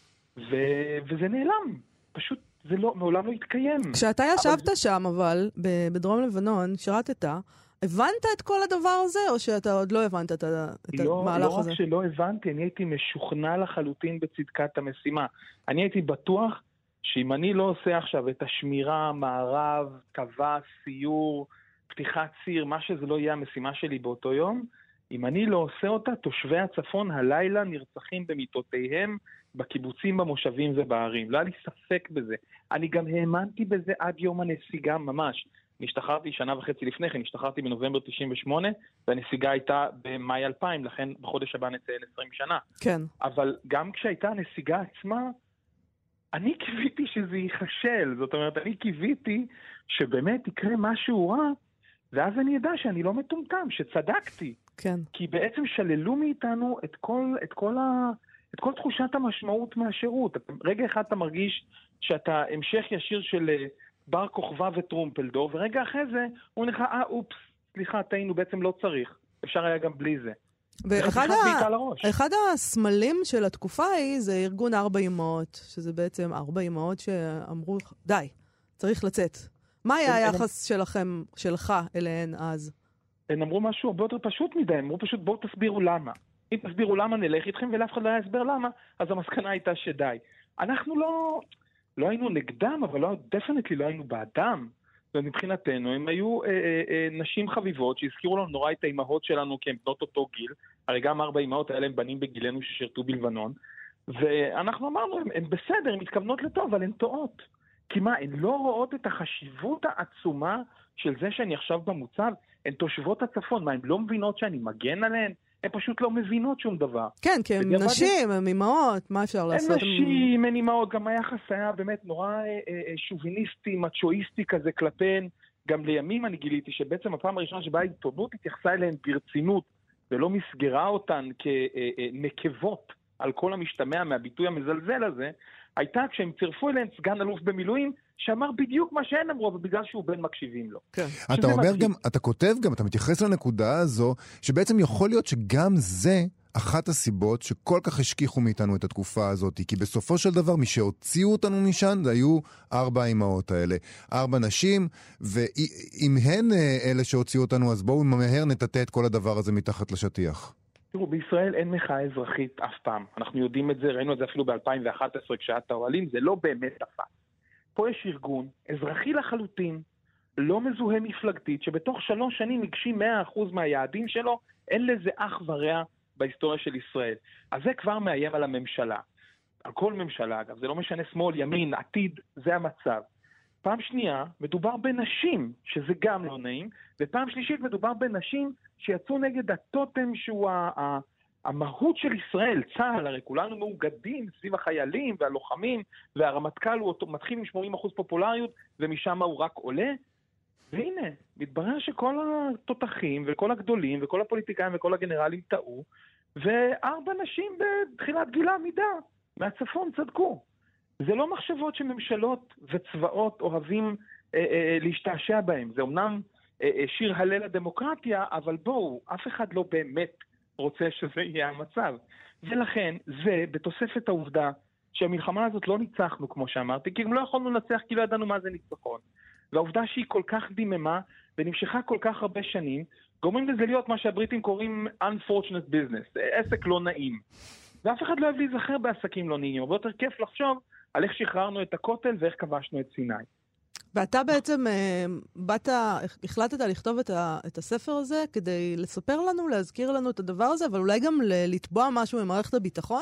ו- וזה נעלם. פשוט זה לא, מעולם לא התקיים. כשאתה ישבת אבל... שם, אבל, בדרום לבנון, שרתת, הבנת את כל הדבר הזה, או שאתה עוד לא הבנת את, את לא, המהלך לא הזה? לא רק שלא הבנתי, אני הייתי משוכנע לחלוטין בצדקת המשימה. אני הייתי בטוח שאם אני לא עושה עכשיו את השמירה, מערב, טבע, סיור, פתיחת ציר, מה שזה לא יהיה המשימה שלי באותו יום, אם אני לא עושה אותה, תושבי הצפון הלילה נרצחים במיטותיהם, בקיבוצים, במושבים ובערים. לא היה לי ספק בזה. אני גם האמנתי בזה עד יום הנסיגה ממש. נשתחררתי שנה וחצי לפני כן, נשתחררתי בנובמבר תשעים ושמונה, והנסיגה הייתה במאי אלפיים, לכן בחודש הבא נציין עשרים שנה. כן. אבל גם כשהייתה הנסיגה עצמה, אני קיוויתי שזה ייחשל. זאת אומרת, אני קיוויתי שבאמת יקרה משהו רע, ואז אני ידע שאני לא מטומטם, שצדקתי. כן. כי בעצם שללו מאיתנו את כל, את כל ה... את כל תחושת המשמעות מהשירות. רגע אחד אתה מרגיש שאתה המשך ישיר של בר כוכבא וטרומפלדור, ורגע אחרי זה הוא נראה, אה, אופס, סליחה, טעינו, בעצם לא צריך. אפשר היה גם בלי זה. ואחד ה... אחד הסמלים של התקופה היא זה ארגון ארבע אמהות, שזה בעצם ארבע אמהות שאמרו, די, צריך לצאת. מה היה היחס שלכם, שלך אליהן אז? הם אמרו משהו הרבה יותר פשוט מדי, הם אמרו פשוט בואו תסבירו למה. אם תסבירו למה נלך איתכם, ולאף אחד לא היה הסבר למה, אז המסקנה הייתה שדי. אנחנו לא, לא היינו נגדם, אבל לא, דפנטלי לא היינו בעדם. ומבחינתנו הם היו אה, אה, אה, נשים חביבות שהזכירו לנו נורא את האימהות שלנו כי הן בנות אותו גיל. הרי גם ארבע אימהות האלה הם בנים בגילנו ששרתו בלבנון. ואנחנו אמרנו, הן, הן בסדר, הן מתכוונות לטוב, אבל הן טועות. כי מה, הן לא רואות את החשיבות העצומה של זה שאני עכשיו במוצב? הן תושבות הצפון, מה, הן לא מבינות שאני מגן עליהן? הן פשוט לא מבינות שום דבר. כן, כי הן נשים, הן אימהות, מה אפשר לעשות? הן נשים, הן אימהות, גם היחס היה באמת נורא שוביניסטי, מצ'ואיסטי כזה כלפיהן. גם לימים אני גיליתי שבעצם הפעם הראשונה שבה העיתונות התייחסה אליהן ברצינות, ולא מסגרה אותן כנקבות על כל המשתמע מהביטוי המזלזל הזה, הייתה כשהם צירפו אליהם סגן אלוף במילואים, שאמר בדיוק מה שהן אמרו, ובגלל שהוא בן מקשיבים לו. כן. אתה אומר גם, אתה כותב גם, אתה מתייחס לנקודה הזו, שבעצם יכול להיות שגם זה אחת הסיבות שכל כך השכיחו מאיתנו את התקופה הזאת, כי בסופו של דבר מי שהוציאו אותנו משם, זה היו ארבע האימהות האלה. ארבע נשים, ואם הן אלה שהוציאו אותנו, אז בואו מהר נטטה את כל הדבר הזה מתחת לשטיח. תראו, בישראל אין מחאה אזרחית אף פעם. אנחנו יודעים את זה, ראינו את זה אפילו ב-אלפיים ואחת עשרה כשהיה את האוהלים, זה לא באמת תפס. פה יש ארגון אזרחי לחלוטין, לא מזוהה מפלגתית, שבתוך שלוש שנים הגשים מאה אחוז מהיעדים שלו, אין לזה אח ורע בהיסטוריה של ישראל. אז זה כבר מאיים על הממשלה. על כל ממשלה, אגב, זה לא משנה שמאל, ימין, עתיד, זה המצב. פעם שנייה, מדובר בנשים, שזה גם לא נעים, ופעם שלישית מדובר בנשים שיצאו נגד הטוטם שהוא ה- ה- המהות של ישראל, צה"ל, הרי כולנו מאוגדים סביב החיילים והלוחמים, והרמטכ"ל הוא מתחיל עם שמונים אחוז פופולריות, ומשם הוא רק עולה. והנה, מתברר שכל התותחים וכל הגדולים וכל הפוליטיקאים וכל הגנרלים טעו, וארבע נשים בתחילת גילה מידה מהצפון צדקו. זה לא מחשבות שממשלות וצבאות אוהבים אה, אה, להשתעשע בהם. זה אומנם אה, אה, שיר הלל הדמוקרטיה, אבל בואו, אף אחד לא באמת רוצה שזה יהיה המצב. ולכן זה בתוספת העובדה שהמלחמה הזאת לא ניצחנו, כמו שאמרתי, כי גם לא יכולנו לנצח כי לא ידענו מה זה ניצחון. והעובדה שהיא כל כך דיממה ונמשכה כל כך הרבה שנים, גורמים לזה להיות מה שהבריטים קוראים unfortunate business, עסק לא נעים. ואף אחד לא אוהב להיזכר בעסקים לא נעימים, הרבה יותר כיף לחשוב על איך שחררנו את הכותל ואיך כבשנו את סיני. ואתה בעצם באת, החלטת לכתוב את, ה, את הספר הזה כדי לספר לנו, להזכיר לנו את הדבר הזה, אבל אולי גם לתבוע משהו ממערכת הביטחון,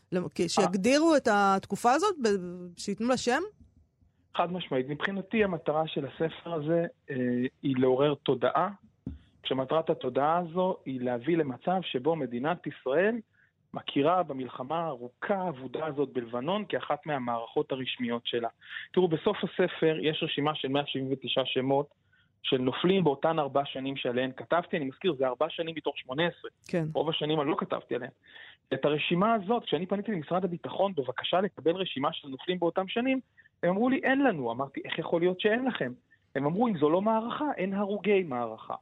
שיגדירו את התקופה הזאת, שיתנו לה שם? חד משמעית. מבחינתי המטרה של הספר הזה אה, היא לעורר תודעה, כשמטרת התודעה הזו היא להביא למצב שבו מדינת ישראל מכירה במלחמה הארוכה העבודה הזאת בלבנון כאחת מהמערכות הרשמיות שלה. תראו, בסוף הספר יש רשימה של מאה שבעים ותשעה שמות של נופלים באותן ארבע שנים שעליהן כתבתי. אני מזכיר, זה ארבע שנים מתוך שמונה עשרה. כן. רוב השנים אני לא כתבתי עליהן. את הרשימה הזאת, כשאני פניתי למשרד הביטחון בבקשה לקבל רשימה של נופלים באותם שנים, הם אמרו לי, אין לנו. אמרתי, איך יכול להיות שאין לכם? הם אמרו, אם זו לא מערכה, אין הרוגי מערכה.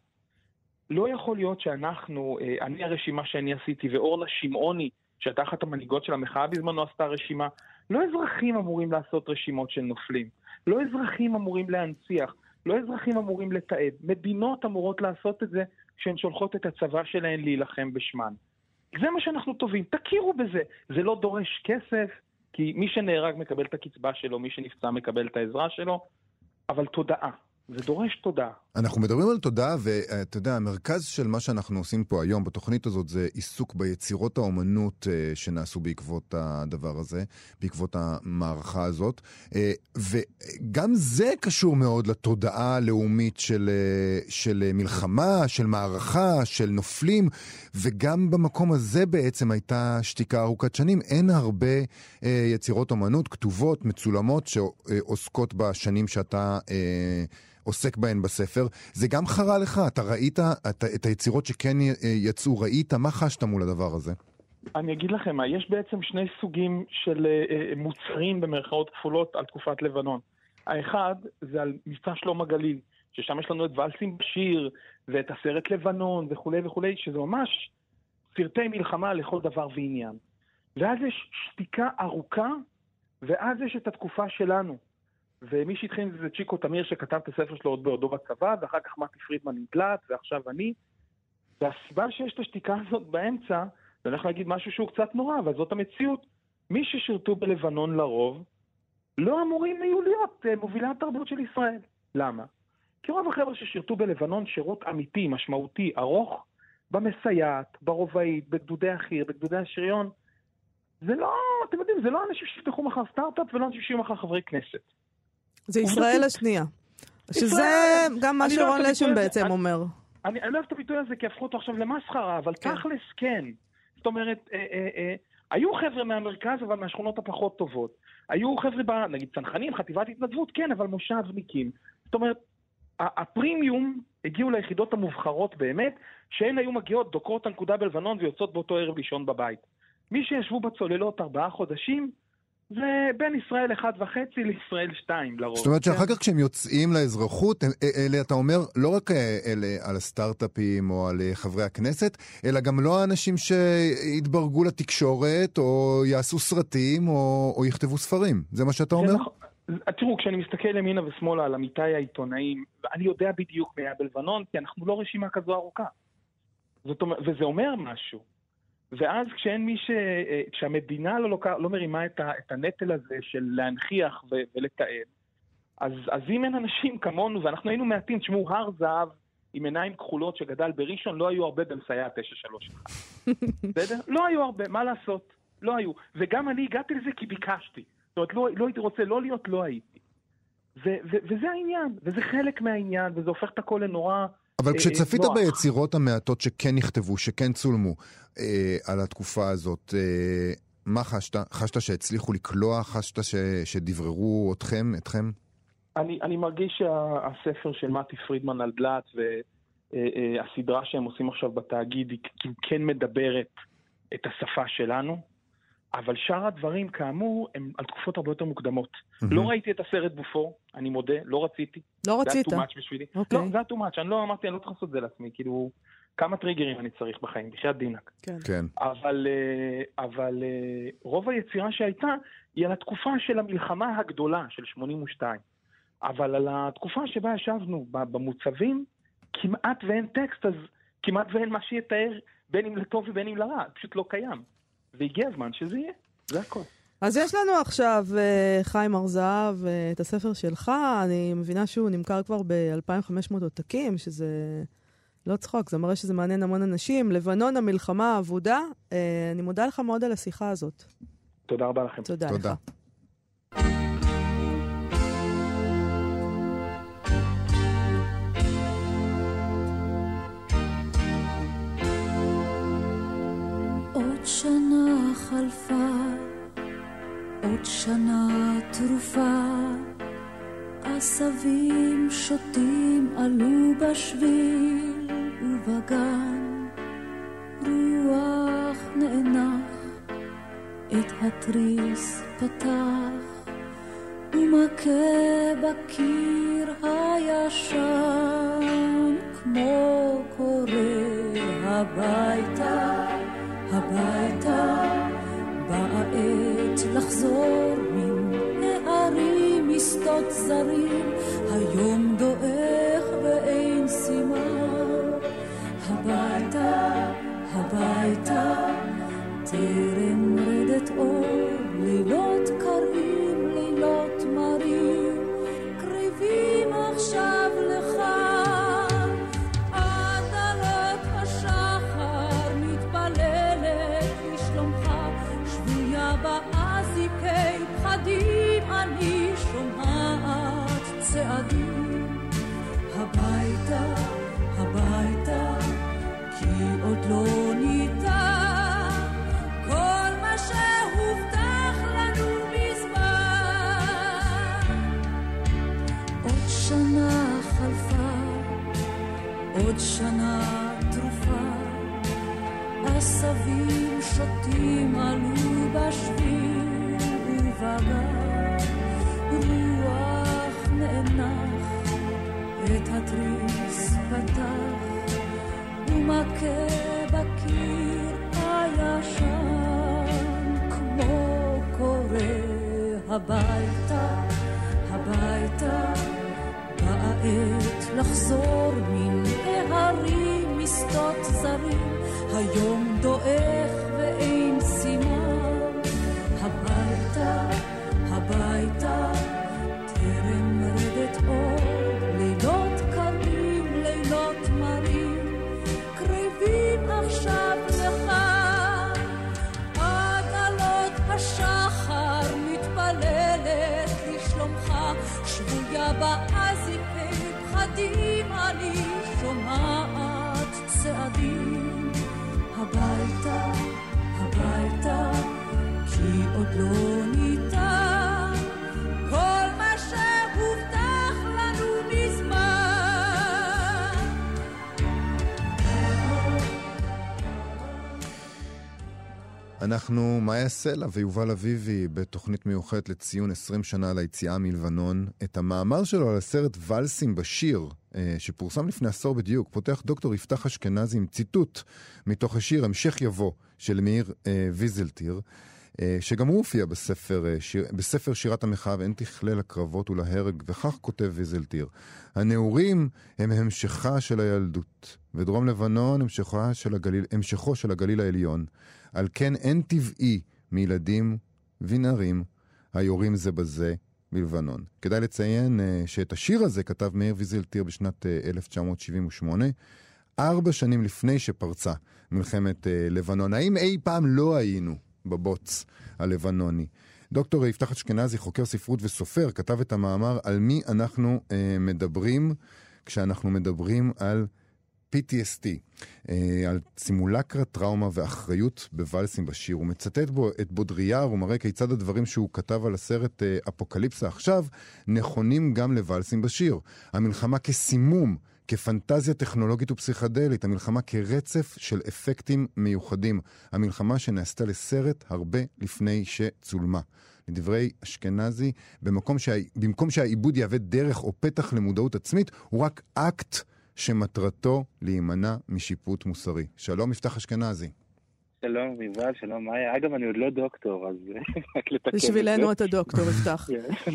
לא יכול להיות שאנחנו, אני הרשימה שאני עשיתי, ואורנה שמעוני, שהייתה אחת המנהיגות של המחאה בזמנו עשתה רשימה, לא אזרחים אמורים לעשות רשימות של נופלים. לא אזרחים אמורים להנציח. לא אזרחים אמורים לתעד. מדינות אמורות לעשות את זה כשהן שולחות את הצבא שלהן להילחם בשמן. זה מה שאנחנו טובים. תכירו בזה. זה לא דורש כסף, כי מי שנהרג מקבל את הקצבה שלו, מי שנפצע מקבל את העזרה שלו, אבל תודעה. זה דורש תודעה. אנחנו מדברים על תודעה, ואתה יודע, המרכז של מה שאנחנו עושים פה היום בתוכנית הזאת זה עיסוק ביצירות האומנות שנעשו בעקבות הדבר הזה, בעקבות המערכה הזאת, וגם זה קשור מאוד לתודעה הלאומית של, של מלחמה, של מערכה, של נופלים, וגם במקום הזה בעצם הייתה שתיקה ארוכת שנים. אין הרבה יצירות אומנות כתובות, מצולמות, שעוסקות בשנים שאתה עוסק בהן בספר. זה גם חרה לך, אתה ראית את, את היצירות שכן יצאו, ראית, מה חשת מול הדבר הזה? אני אגיד לכם, יש בעצם שני סוגים של מוצרים במרכאות כפולות על תקופת לבנון. האחד זה על מבצע שלום הגליל, ששם יש לנו את ולסים בשיר ואת הסרט לבנון וכו' וכו', שזה ממש סרטי מלחמה לכל דבר ועניין. ואז יש שתיקה ארוכה, ואז יש את התקופה שלנו. ומי שהתחיל עם זה זה צ'יקו תמיר שכתב את הספר שלו עוד בעודו בצבא, ואחר כך מתי פרידמן נדלת, ועכשיו אני. והסיבה שיש את השתיקה הזאת באמצע, זה הולך להגיד משהו שהוא קצת נורא, אבל זאת המציאות. מי ששירתו בלבנון לרוב, לא אמורים היו להיות מובילי התרבות של ישראל. למה? כי רוב החבר'ה ששירתו בלבנון שירות אמיתי, משמעותי, ארוך, במסייעת, ברובעית, בגדודי החי"ר, בגדודי השריון, זה לא, אתם יודעים, זה לא אנשים שיפתחו מחר סטארט-אפ ולא אנשים שיהיו מחר חברי כנסת. זה ישראל השנייה. שזה גם מה שרון לשם בעצם אומר. אני, אני לא אוהב את הביטוי הזה כי הפכו אותו עכשיו למסחרה, אבל כן. תכלס כן. זאת אומרת, אה, אה, אה, היו חבר'ה מהמרכז, אבל מהשכונות הפחות טובות. היו חבר'ה, ב, נגיד צנחנים, חטיבת התנדבות, כן, אבל מושבניקים. זאת אומרת, הפרימיום הגיעו ליחידות המובחרות באמת, שהן היו מגיעות, דוקרות הנקודה בלבנון ויוצאות באותו ערב לישון בבית. מי שישבו בצוללות ארבעה חודשים, זה בין ישראל אחד וחצי לישראל שתיים לרוב. זאת אומרת שאחר כך כשהם יוצאים לאזרחות, אלה אתה אומר לא רק אלה על הסטארט-אפים או על חברי הכנסת, אלא גם לא האנשים שהתברגו לתקשורת או יעשו סרטים או, או יכתבו ספרים. זה מה שאתה אומר? תראו, כשאני מסתכל ימינה ושמאלה על עמיתי העיתונאים, אני יודע בדיוק מי היה בלבנון, כי אנחנו לא רשימה כזו ארוכה. זאת אומרת, וזה אומר משהו. ואז כשאין מי ש... כשהמדינה לא, לוקח, לא מרימה את, ה... את הנטל הזה של להנחיח ו... ולתאם, אז, אז אם אין אנשים כמונו, ואנחנו היינו מעטים, תשמעו, הר זהב עם עיניים כחולות שגדל בראשון, לא היו הרבה במסייע תשע שלוש אחת. בסדר? לא היו הרבה, מה לעשות? לא היו. וגם אני הגעתי לזה כי ביקשתי. זאת אומרת, לא, לא הייתי רוצה לא להיות, לא הייתי. ו... ו... וזה העניין, וזה חלק מהעניין, וזה הופך את הכל לנורא... אבל כשצפית ביצירות המעטות שכן נכתבו, שכן צולמו אה, על התקופה הזאת, אה, מה חשת? חשת שהצליחו לקלוע? חשת ש, שדבררו אתכם, אתכם? אני, אני מרגיש שהספר של מתי פרידמן על דלת והסדרה שהם עושים עכשיו בתאגיד היא כן מדברת את השפה שלנו, אבל שאר הדברים כאמור הם על תקופות הרבה יותר מוקדמות. Mm-hmm. לא ראיתי את הסרט בופור, אני מודה, לא רציתי. לא רצית? זה היה too much בשבילי. Okay. לא, זה היה too much, אני לא אמרתי, אני לא צריך לעשות את זה לעצמי, כאילו, כמה טריגרים אני צריך בחיים, בחיית דינק. כן. כן. אבל, אבל רוב היצירה שהייתה היא על התקופה של המלחמה הגדולה של שמונים ושתיים. אבל על התקופה שבה ישבנו במוצבים, כמעט ואין טקסט, אז כמעט ואין מה שיתאר בין אם לטוב ובין אם לרע, פשוט לא קיים. והגיע הזמן שזה יהיה, זה הכל. אז יש לנו עכשיו חיים ארזהב, את הספר שלך, אני מבינה שהוא נמכר כבר ב-אלפיים וחמש מאות עותקים, שזה לא צחוק, זה מראה שזה מעניין המון אנשים. לבנון, המלחמה, העבודה, אני מודה לך מאוד על השיחה הזאת. תודה רבה לכם. תודה, תודה. לך. עוד שנה חלפה, עוד שנה תרופה, עשבים שוטים עלו בשביל ובגן, רוח נאנח, את התריס פתח, ומכה בקיר הישן, כמו קורא הביתה, הביתה, באה עת לחזור מן הערים משדות זרים, היום דועך ואין סימן, הביתה, הביתה, טרם רדת אור, לילות קרים, לילות מרים, קריבים עכשיו לך, עד עלות השחר מתפללת לשלומך, שבויה באזיקי פחדים, אני שומעת צעדים, הביתה, הביתה, כי עוד לא ניתן כל מה שהובטח לנו מזמן. עוד שנה חלפה, עוד שנה תרופה, עשבים שוטים עלו בשביל ובגן, רוח נאנח, את התריס פתח, ומכה בקיר הישן, כמו קורא הביתה, הביתה, באה עת לחזור מן ההרים משדות זרים, היום דועך ואין סימן, הביתה, הביתה, טרם רדת אור, לילות קרים, לילות מרים, קריבים עכשיו לך, עד עלות השחר מתפללת לשלומך, שבויה באזיקי פחדים אני שומעת צעדים הביתה, הביתה, כי עוד לא ניתן כל מה שהובטח לנו מזמן. אנחנו מאיה סלע ויובל אביבי בתוכנית מיוחדת לציון עשרים שנה ליציאה מלבנון. את המאמר שלו על הסרט ולסים בשיר, שפורסם לפני עשור בדיוק, פותח דוקטור יפתח אשכנזי עם ציטוט מתוך השיר המשך יבוא של מאיר ויזלטיר, שגם הוא הופיע בספר, שיר, בספר שירת המחאה ואין תכלה לקרבות ולהרג, וכך כותב ויזלטיר: הנעורים הם המשכה של הילדות, ודרום לבנון המשכה של הגליל, המשכו של הגליל העליון. על כן אין טבעי מילדים ונערים היורים זה בזה בלבנון. כדאי לציין uh, שאת השיר הזה כתב מאיר ויזלטיר בשנת uh, אלף תשע מאות שבעים ושמונה, ארבע שנים לפני שפרצה מלחמת uh, לבנון. האם אי פעם לא היינו בבוץ הלבנוני? דוקטור יפתח אשכנזי, חוקר ספרות וסופר, כתב את המאמר על מי אנחנו uh, מדברים כשאנחנו מדברים על פי טי אס די, על סימולקרה, טראומה ואחריות בוולסים בשיר. הוא מצטט בו את בודריאר, הוא מראה כיצד הדברים שהוא כתב על הסרט אפוקליפסה עכשיו נכונים גם לוולסים בשיר. המלחמה כסימום, כפנטזיה טכנולוגית ופסיכדלית, המלחמה כרצף של אפקטים מיוחדים, המלחמה שנעשתה לסרט הרבה לפני שצולמה. לדברי אשכנזי, במקום שה... במקום שהעיבוד יהווה דרך או פתח למודעות עצמית, הוא רק אקט שמטרתו להימנע משיפוט מוסרי. שלום יפתח אשכנזי. שלום יובל, שלום מאיה. אגב, אני עוד לא דוקטור, אז רק לתקן. בשבילנו אתה דוקטור, יפתח.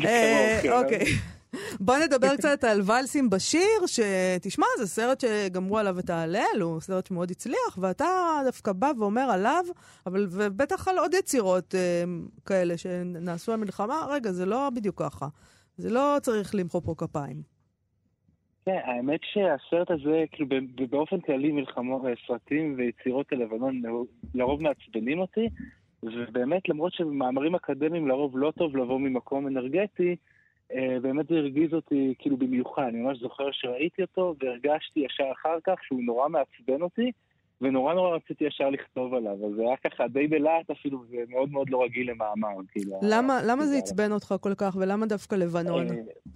אוקיי. בוא נדבר קצת על ולסים בשיר, שתשמע, זה סרט שגמרו עליו את ההלל, הוא סרט שמאוד הצליח, ואתה דווקא בא ואומר עליו, אבל ובטח על עוד יצירות כאלה שנעשו המלחמה, רגע, זה לא בדיוק ככה. זה לא צריך למחוא פה כפיים. כן, האמת שהסרט הזה, כאילו באופן כללי מלחמות, סרטים ויצירות הלבנון לרוב מעצבנים אותי, ובאמת למרות שבמאמרים אקדמיים לרוב לא טוב לבוא ממקום אנרגטי, באמת זה הרגיז אותי כאילו במיוחד. אני ממש זוכר שראיתי אותו והרגשתי ישר אחר כך שהוא נורא מעצבן אותי, ונורא נורא רציתי ישר לכתוב עליו. אז זה היה ככה די בלעת אפילו, זה מאוד מאוד לא רגיל למאמר. למה, למה זה עצבן אותך כל כך, ולמה דווקא לבנון?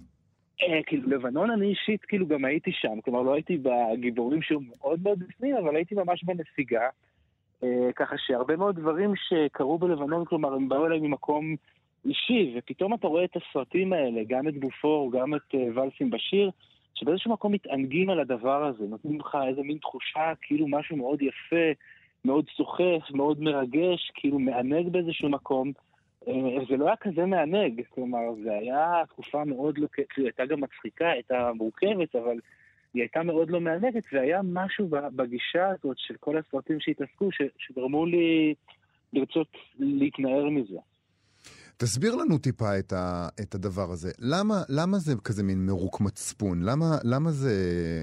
כאילו, לבנון אני אישית, כאילו, גם הייתי שם. כלומר, לא הייתי בגיבורים שהוא מאוד מאוד בפנים, אבל הייתי ממש בנסיגה. ככה שהרבה מאוד דברים שקרו בלבנון, כלומר, הם באו אליי ממקום אישי, ופתאום אתה רואה את הסרטים האלה, גם את בופור, גם את ולסים בשיר, שבאיזשהו מקום מתענגים על הדבר הזה. נותנים לך איזה מין תחושה, כאילו משהו מאוד יפה, מאוד סוחף, מאוד מרגש, כאילו מענג באיזשהו מקום. זה לא היה כזה מענג, כלומר, זה היה תקופה מאוד לא, היא הייתה גם מצחיקה, הייתה מורכבת, אבל היא הייתה מאוד לא מענגת, והיה משהו בגישה הזאת של כל הסרטים שהתעסקו, שגרמו לי לרצות להתנער מזה. תסביר לנו טיפה את, ה, את הדבר הזה. למה, למה זה כזה מין מרוק מצפון? למה, למה זה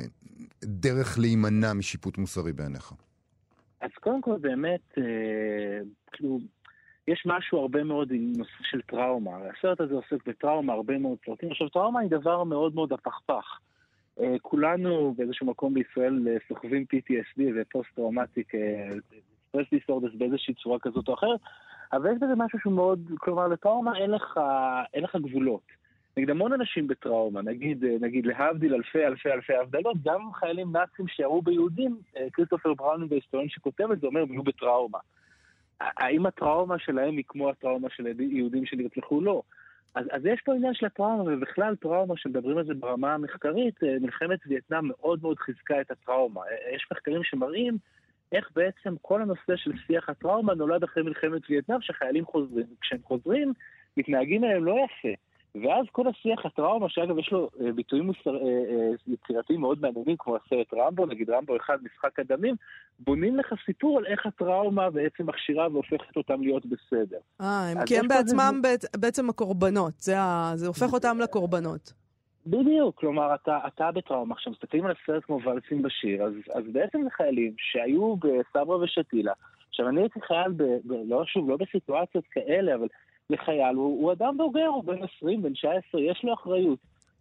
דרך להימנע משיפוט מוסרי בעיניך? אז קודם כל באמת, אה, כאילו, יש משהו הרבה מאוד עם נושא של טראומה. הסרט הזה עוסק בטראומה, הרבה מאוד סרטים. עכשיו, טראומה היא דבר מאוד מאוד הפכפך. כולנו באיזשהו מקום בישראל סוחבים פי טי אס די ופוסט-טראומטיק, סטרס דיסורדרס באיזושהי צורה כזאת או אחרת, אבל יש בזה משהו שהוא מאוד, כלומר, לטראומה אין לך, אין לך גבולות. נגיד המון אנשים בטראומה, נגיד, נגיד להבדיל אלפי אלפי אלפי הבדלות, גם חיילים נאצים שירו ביהודים, כריסטופר בראונינג ההיסטוריון שכותב את זה אומר, היו בטראומה. האם הטראומה שלהם היא כמו הטראומה של יהודים שנרצחו? לא. אז, אז יש פה עניין של הטראומה, ובכלל טראומה שמדברים על זה ברמה המחקרית, מלחמת וייטנאם מאוד מאוד חיזקה את הטראומה. יש מחקרים שמראים איך בעצם כל הנושא של שיח הטראומה נולד אחרי מלחמת וייטנאם, שחיילים חוזרים, כשהם חוזרים, מתנהגים עליהם לא יפה. ואז כל השיח הטראומה, שאגב יש לו ביטויים מוסר, יצירתיים מאוד מעניינים, כמו הסרט רמבו, נגיד רמבו אחד, משחק הדמים, בונים לך סיפור על איך הטראומה בעצם מכשירה והופכת אותם להיות בסדר. אה, כי הם בעצמם זה... בעצם הקורבנות, זה, ה... זה הופך אותם לקורבנות. בדיוק, כלומר, אתה, אתה בטראומה, עכשיו מסתכלים על הסרט כמו ולסים בשיר, אז, אז בעצם זה חיילים שהיו בסברה ושתילה. עכשיו, אני הייתי חייל, ב, ב, לא שוב, לא בסיטואציות כאלה, אבל לחייל, הוא, הוא אדם בוגר, הוא בן עשרים, בן תשע עשרה, יש לו אחריות.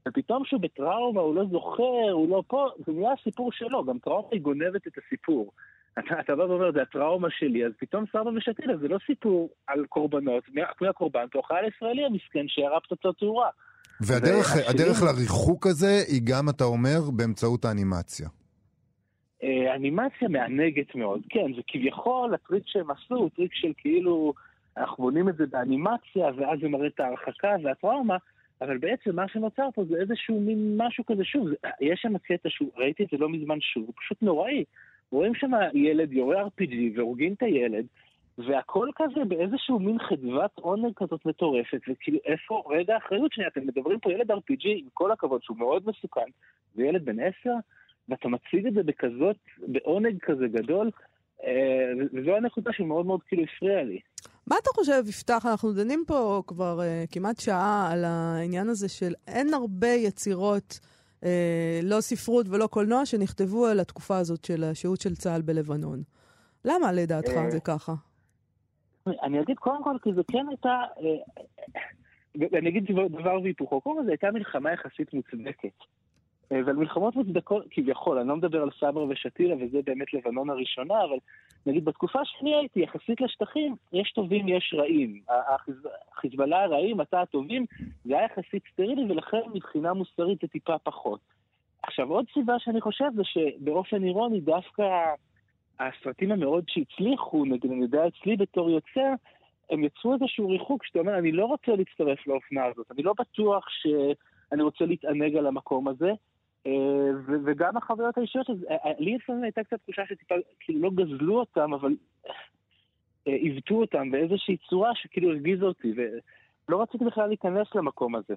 ופתאום שהוא בטראומה, הוא לא זוכר, הוא לא פה, זה נהיה הסיפור שלו, גם טראומה היא גונבת את הסיפור. אתה, אתה בא ואומר, זה הטראומה שלי, אז פתאום סבא ושתילה, זה לא סיפור על קורבנות, כמו הקורבן, כמו חייל ישראלי המסכן שירה פצצות תאורה. והדרך הדרך לריחוק הזה היא גם, אתה אומר, באמצעות האנימציה. אנימציה מענגת מאוד, כן, זה כביכול הטריק שהם עשו, טריק של כאילו, אנחנו בונים את זה באנימציה, ואז זה מראה את ההרחקה והטראומה, אבל בעצם מה שנוצר פה זה איזשהו מין משהו כזה, שוב, יש שם קטע שהוא, ראיתי את זה לא מזמן שוב, הוא פשוט נוראי, רואים שם ילד יורה אר פי ג'י והורגים את הילד, והכל כזה באיזשהו מין חדוות עונג כזאת מטורפת, וכאילו איפה רגע האחריות שנייה, אתם מדברים פה ילד אר פי ג'י, עם כל הכבוד שהוא מאוד מסוכן, זה ילד בן עשר, ואתה מציג את זה בכזאת, בעונג כזה גדול, וזו הנקודה שמאוד מאוד כאילו הפריע לי. מה אתה חושב, יפתח? אנחנו דנים פה כבר uh, כמעט שעה על העניין הזה של אין הרבה יצירות, uh, לא ספרות ולא קולנוע, שנכתבו על התקופה הזאת של השהות של צה"ל בלבנון. למה לדעתך זה ככה? אני אגיד קודם כל, כי זה כן הייתה, אני אגיד דבר והיפוכו, קודם כל זה הייתה מלחמה יחסית מוצדקת. ועל מלחמות מוצדקות, כביכול, אני לא מדבר על סבר ושתילה, וזה באמת לבנון הראשונה, אבל נגיד בתקופה שאני הייתי, יחסית לשטחים, יש טובים, יש רעים. החיזבאללה הרעים, אתה הטובים, זה היה יחסית סטרילי, ולכן מבחינה מוסרית זה טיפה פחות. עכשיו, עוד סיבה שאני חושב זה שבאופן אירוני, דווקא הסרטים המאוד שהצליחו, נגיד, אני יודע אצלי בתור יוצר, הם יצרו איזשהו ריחוק, שאתה אומר, אני לא רוצה להצטרף לאופנה הזאת, אני לא בטוח שאני רוצה להתענג על המקום הזה, וגם החוויות האישיות, לי לפעמים הייתה קצת תחושה שטיפה, כאילו לא גזלו אותם, אבל עיוותו אותם באיזושהי צורה שכאילו הרגיזה אותי, ולא רציתי בכלל להיכנס למקום הזה.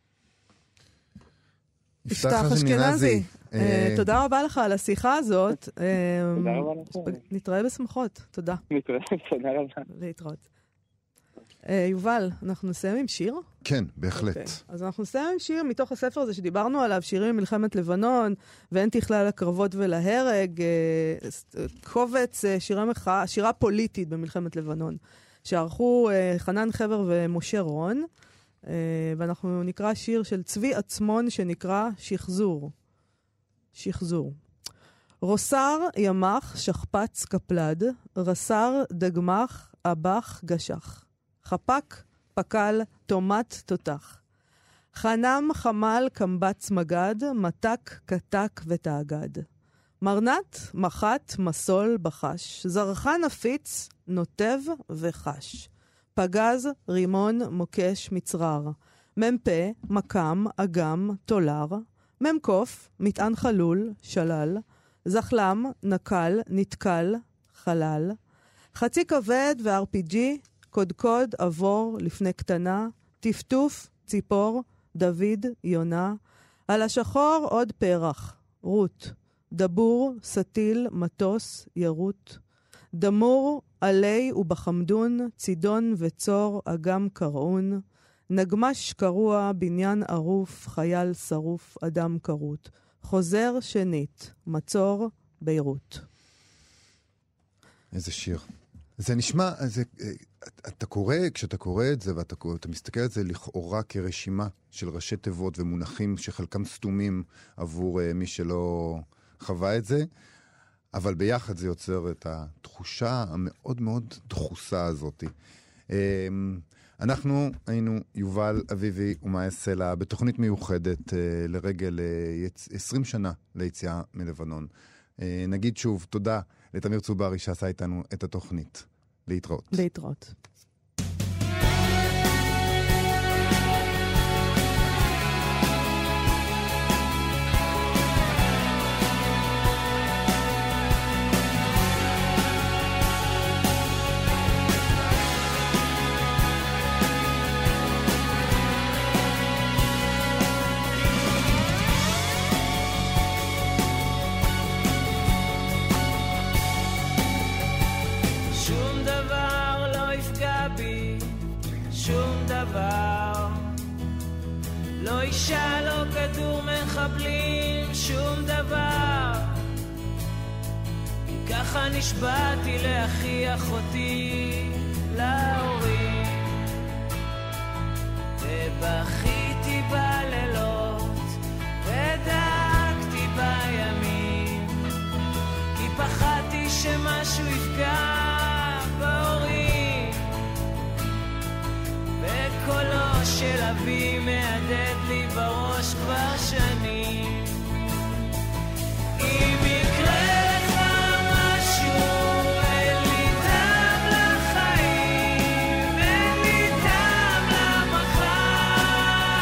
יפתח אשכנזי, תודה רבה לך על השיחה הזאת. תודה רבה לך. נתראה בשמחות, תודה. נתראה, תודה רבה. להתראות. יובל, אנחנו נסיים עם שיר? כן, בהחלט. אז אנחנו נסיים עם שיר מתוך הספר הזה שדיברנו עליו, שירים ממלחמת לבנון, ואין תכלל לקרבות ולהרג, קובץ שירה מחאה, שירה פוליטית במלחמת לבנון, שערכו חנן חבר ומשה רון, ואנחנו נקרא שיר של צבי עצמון שנקרא שחזור. שחזור. רוסר ימח שכפץ קפלד, רסר דגמח אבח גשח. חפק פקל תומת תותח. חנם חמל קמבץ מגד, מתק קטק ותאגד. מרנת מחת מסול בחש, זרחן נפיץ נוטב וחש. פגז, רימון, מוקש, מצרר. ממפה, מקם, אגם, תולר. ממקוף, מטען חלול, שלל. זחלם, נקל, נתקל, חלל. חצי כבד ו-אר פי ג'י, קודקוד, עבור, לפני קטנה. טפטוף, ציפור, דוד, יונה. על השחור עוד פרח, רות. דבור, סטיל, מטוס, ירות. דמור, עלי ובחמדון, צידון וצור, אגם קראון, נגמש קרוע, בניין ערוף, חייל שרוף, אדם קרות, חוזר שנית, מצור, ביירות. איזה שיר. זה נשמע, זה, אתה קורא, כשאתה קורא את זה, ואתה אתה מסתכל על זה לכאורה כרשימה של ראשי תיבות ומונחים שחלקם סתומים עבור uh, מי שלא חווה את זה, אבל ביחד זה יוצר את התחושה המאוד מאוד דחוסה הזאת. אנחנו היינו יובל אביבי ומאיה סלע בתוכנית מיוחדת לרגל עשרים שנה ליציאה מלבנון. נגיד שוב תודה לתמיר צוברי שעשה איתנו את התוכנית. להתראות. להתראות. לא אישה, לא כדור מחבלים, שום דבר. כי ככה נשבעתי לאחי אחותי, להורים. ובכיתי בלילות, משהו יפגע בהורים, וקולו של אבי מהדהד לי בראש כבר שנים. אם יקרה לך משהו, אין לי טעם לחיים, אין לי טעם למחר,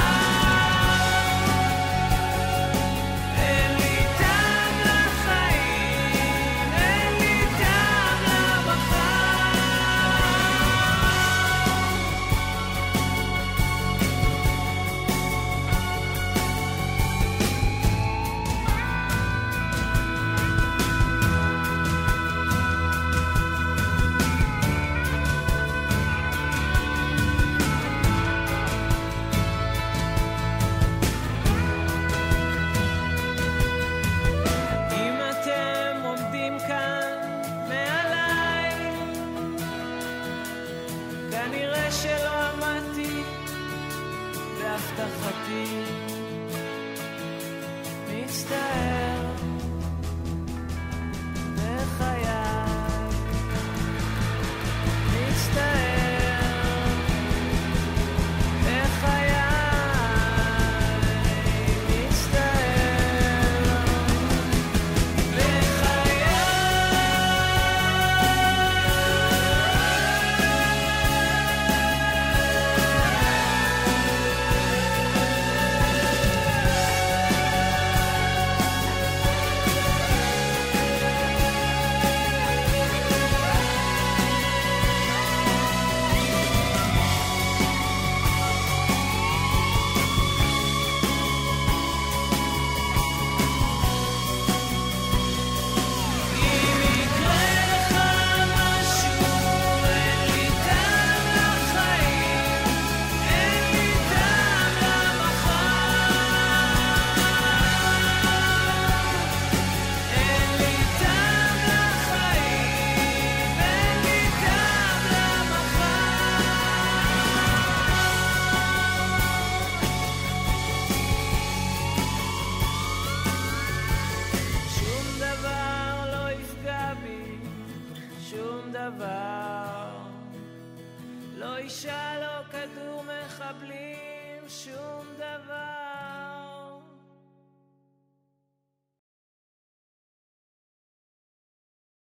אין לי טעם לחיים, אין לי טעם למחר. אם אתם עומדים כאן מעליי, כנראה שלא עמדתי בהבטחתי. מצטער בחיי, מצטער בחיי, מצטער בחיי. אם יקרה לך משהו, אין לי טעם לחיים, אין לי טעם למחר, אין לי טעם לחיים, אין לי טעם למחר. שום דבר לא יפגע בי, שום דבר, לא אישה, לא כדור מחבלים, שום דבר.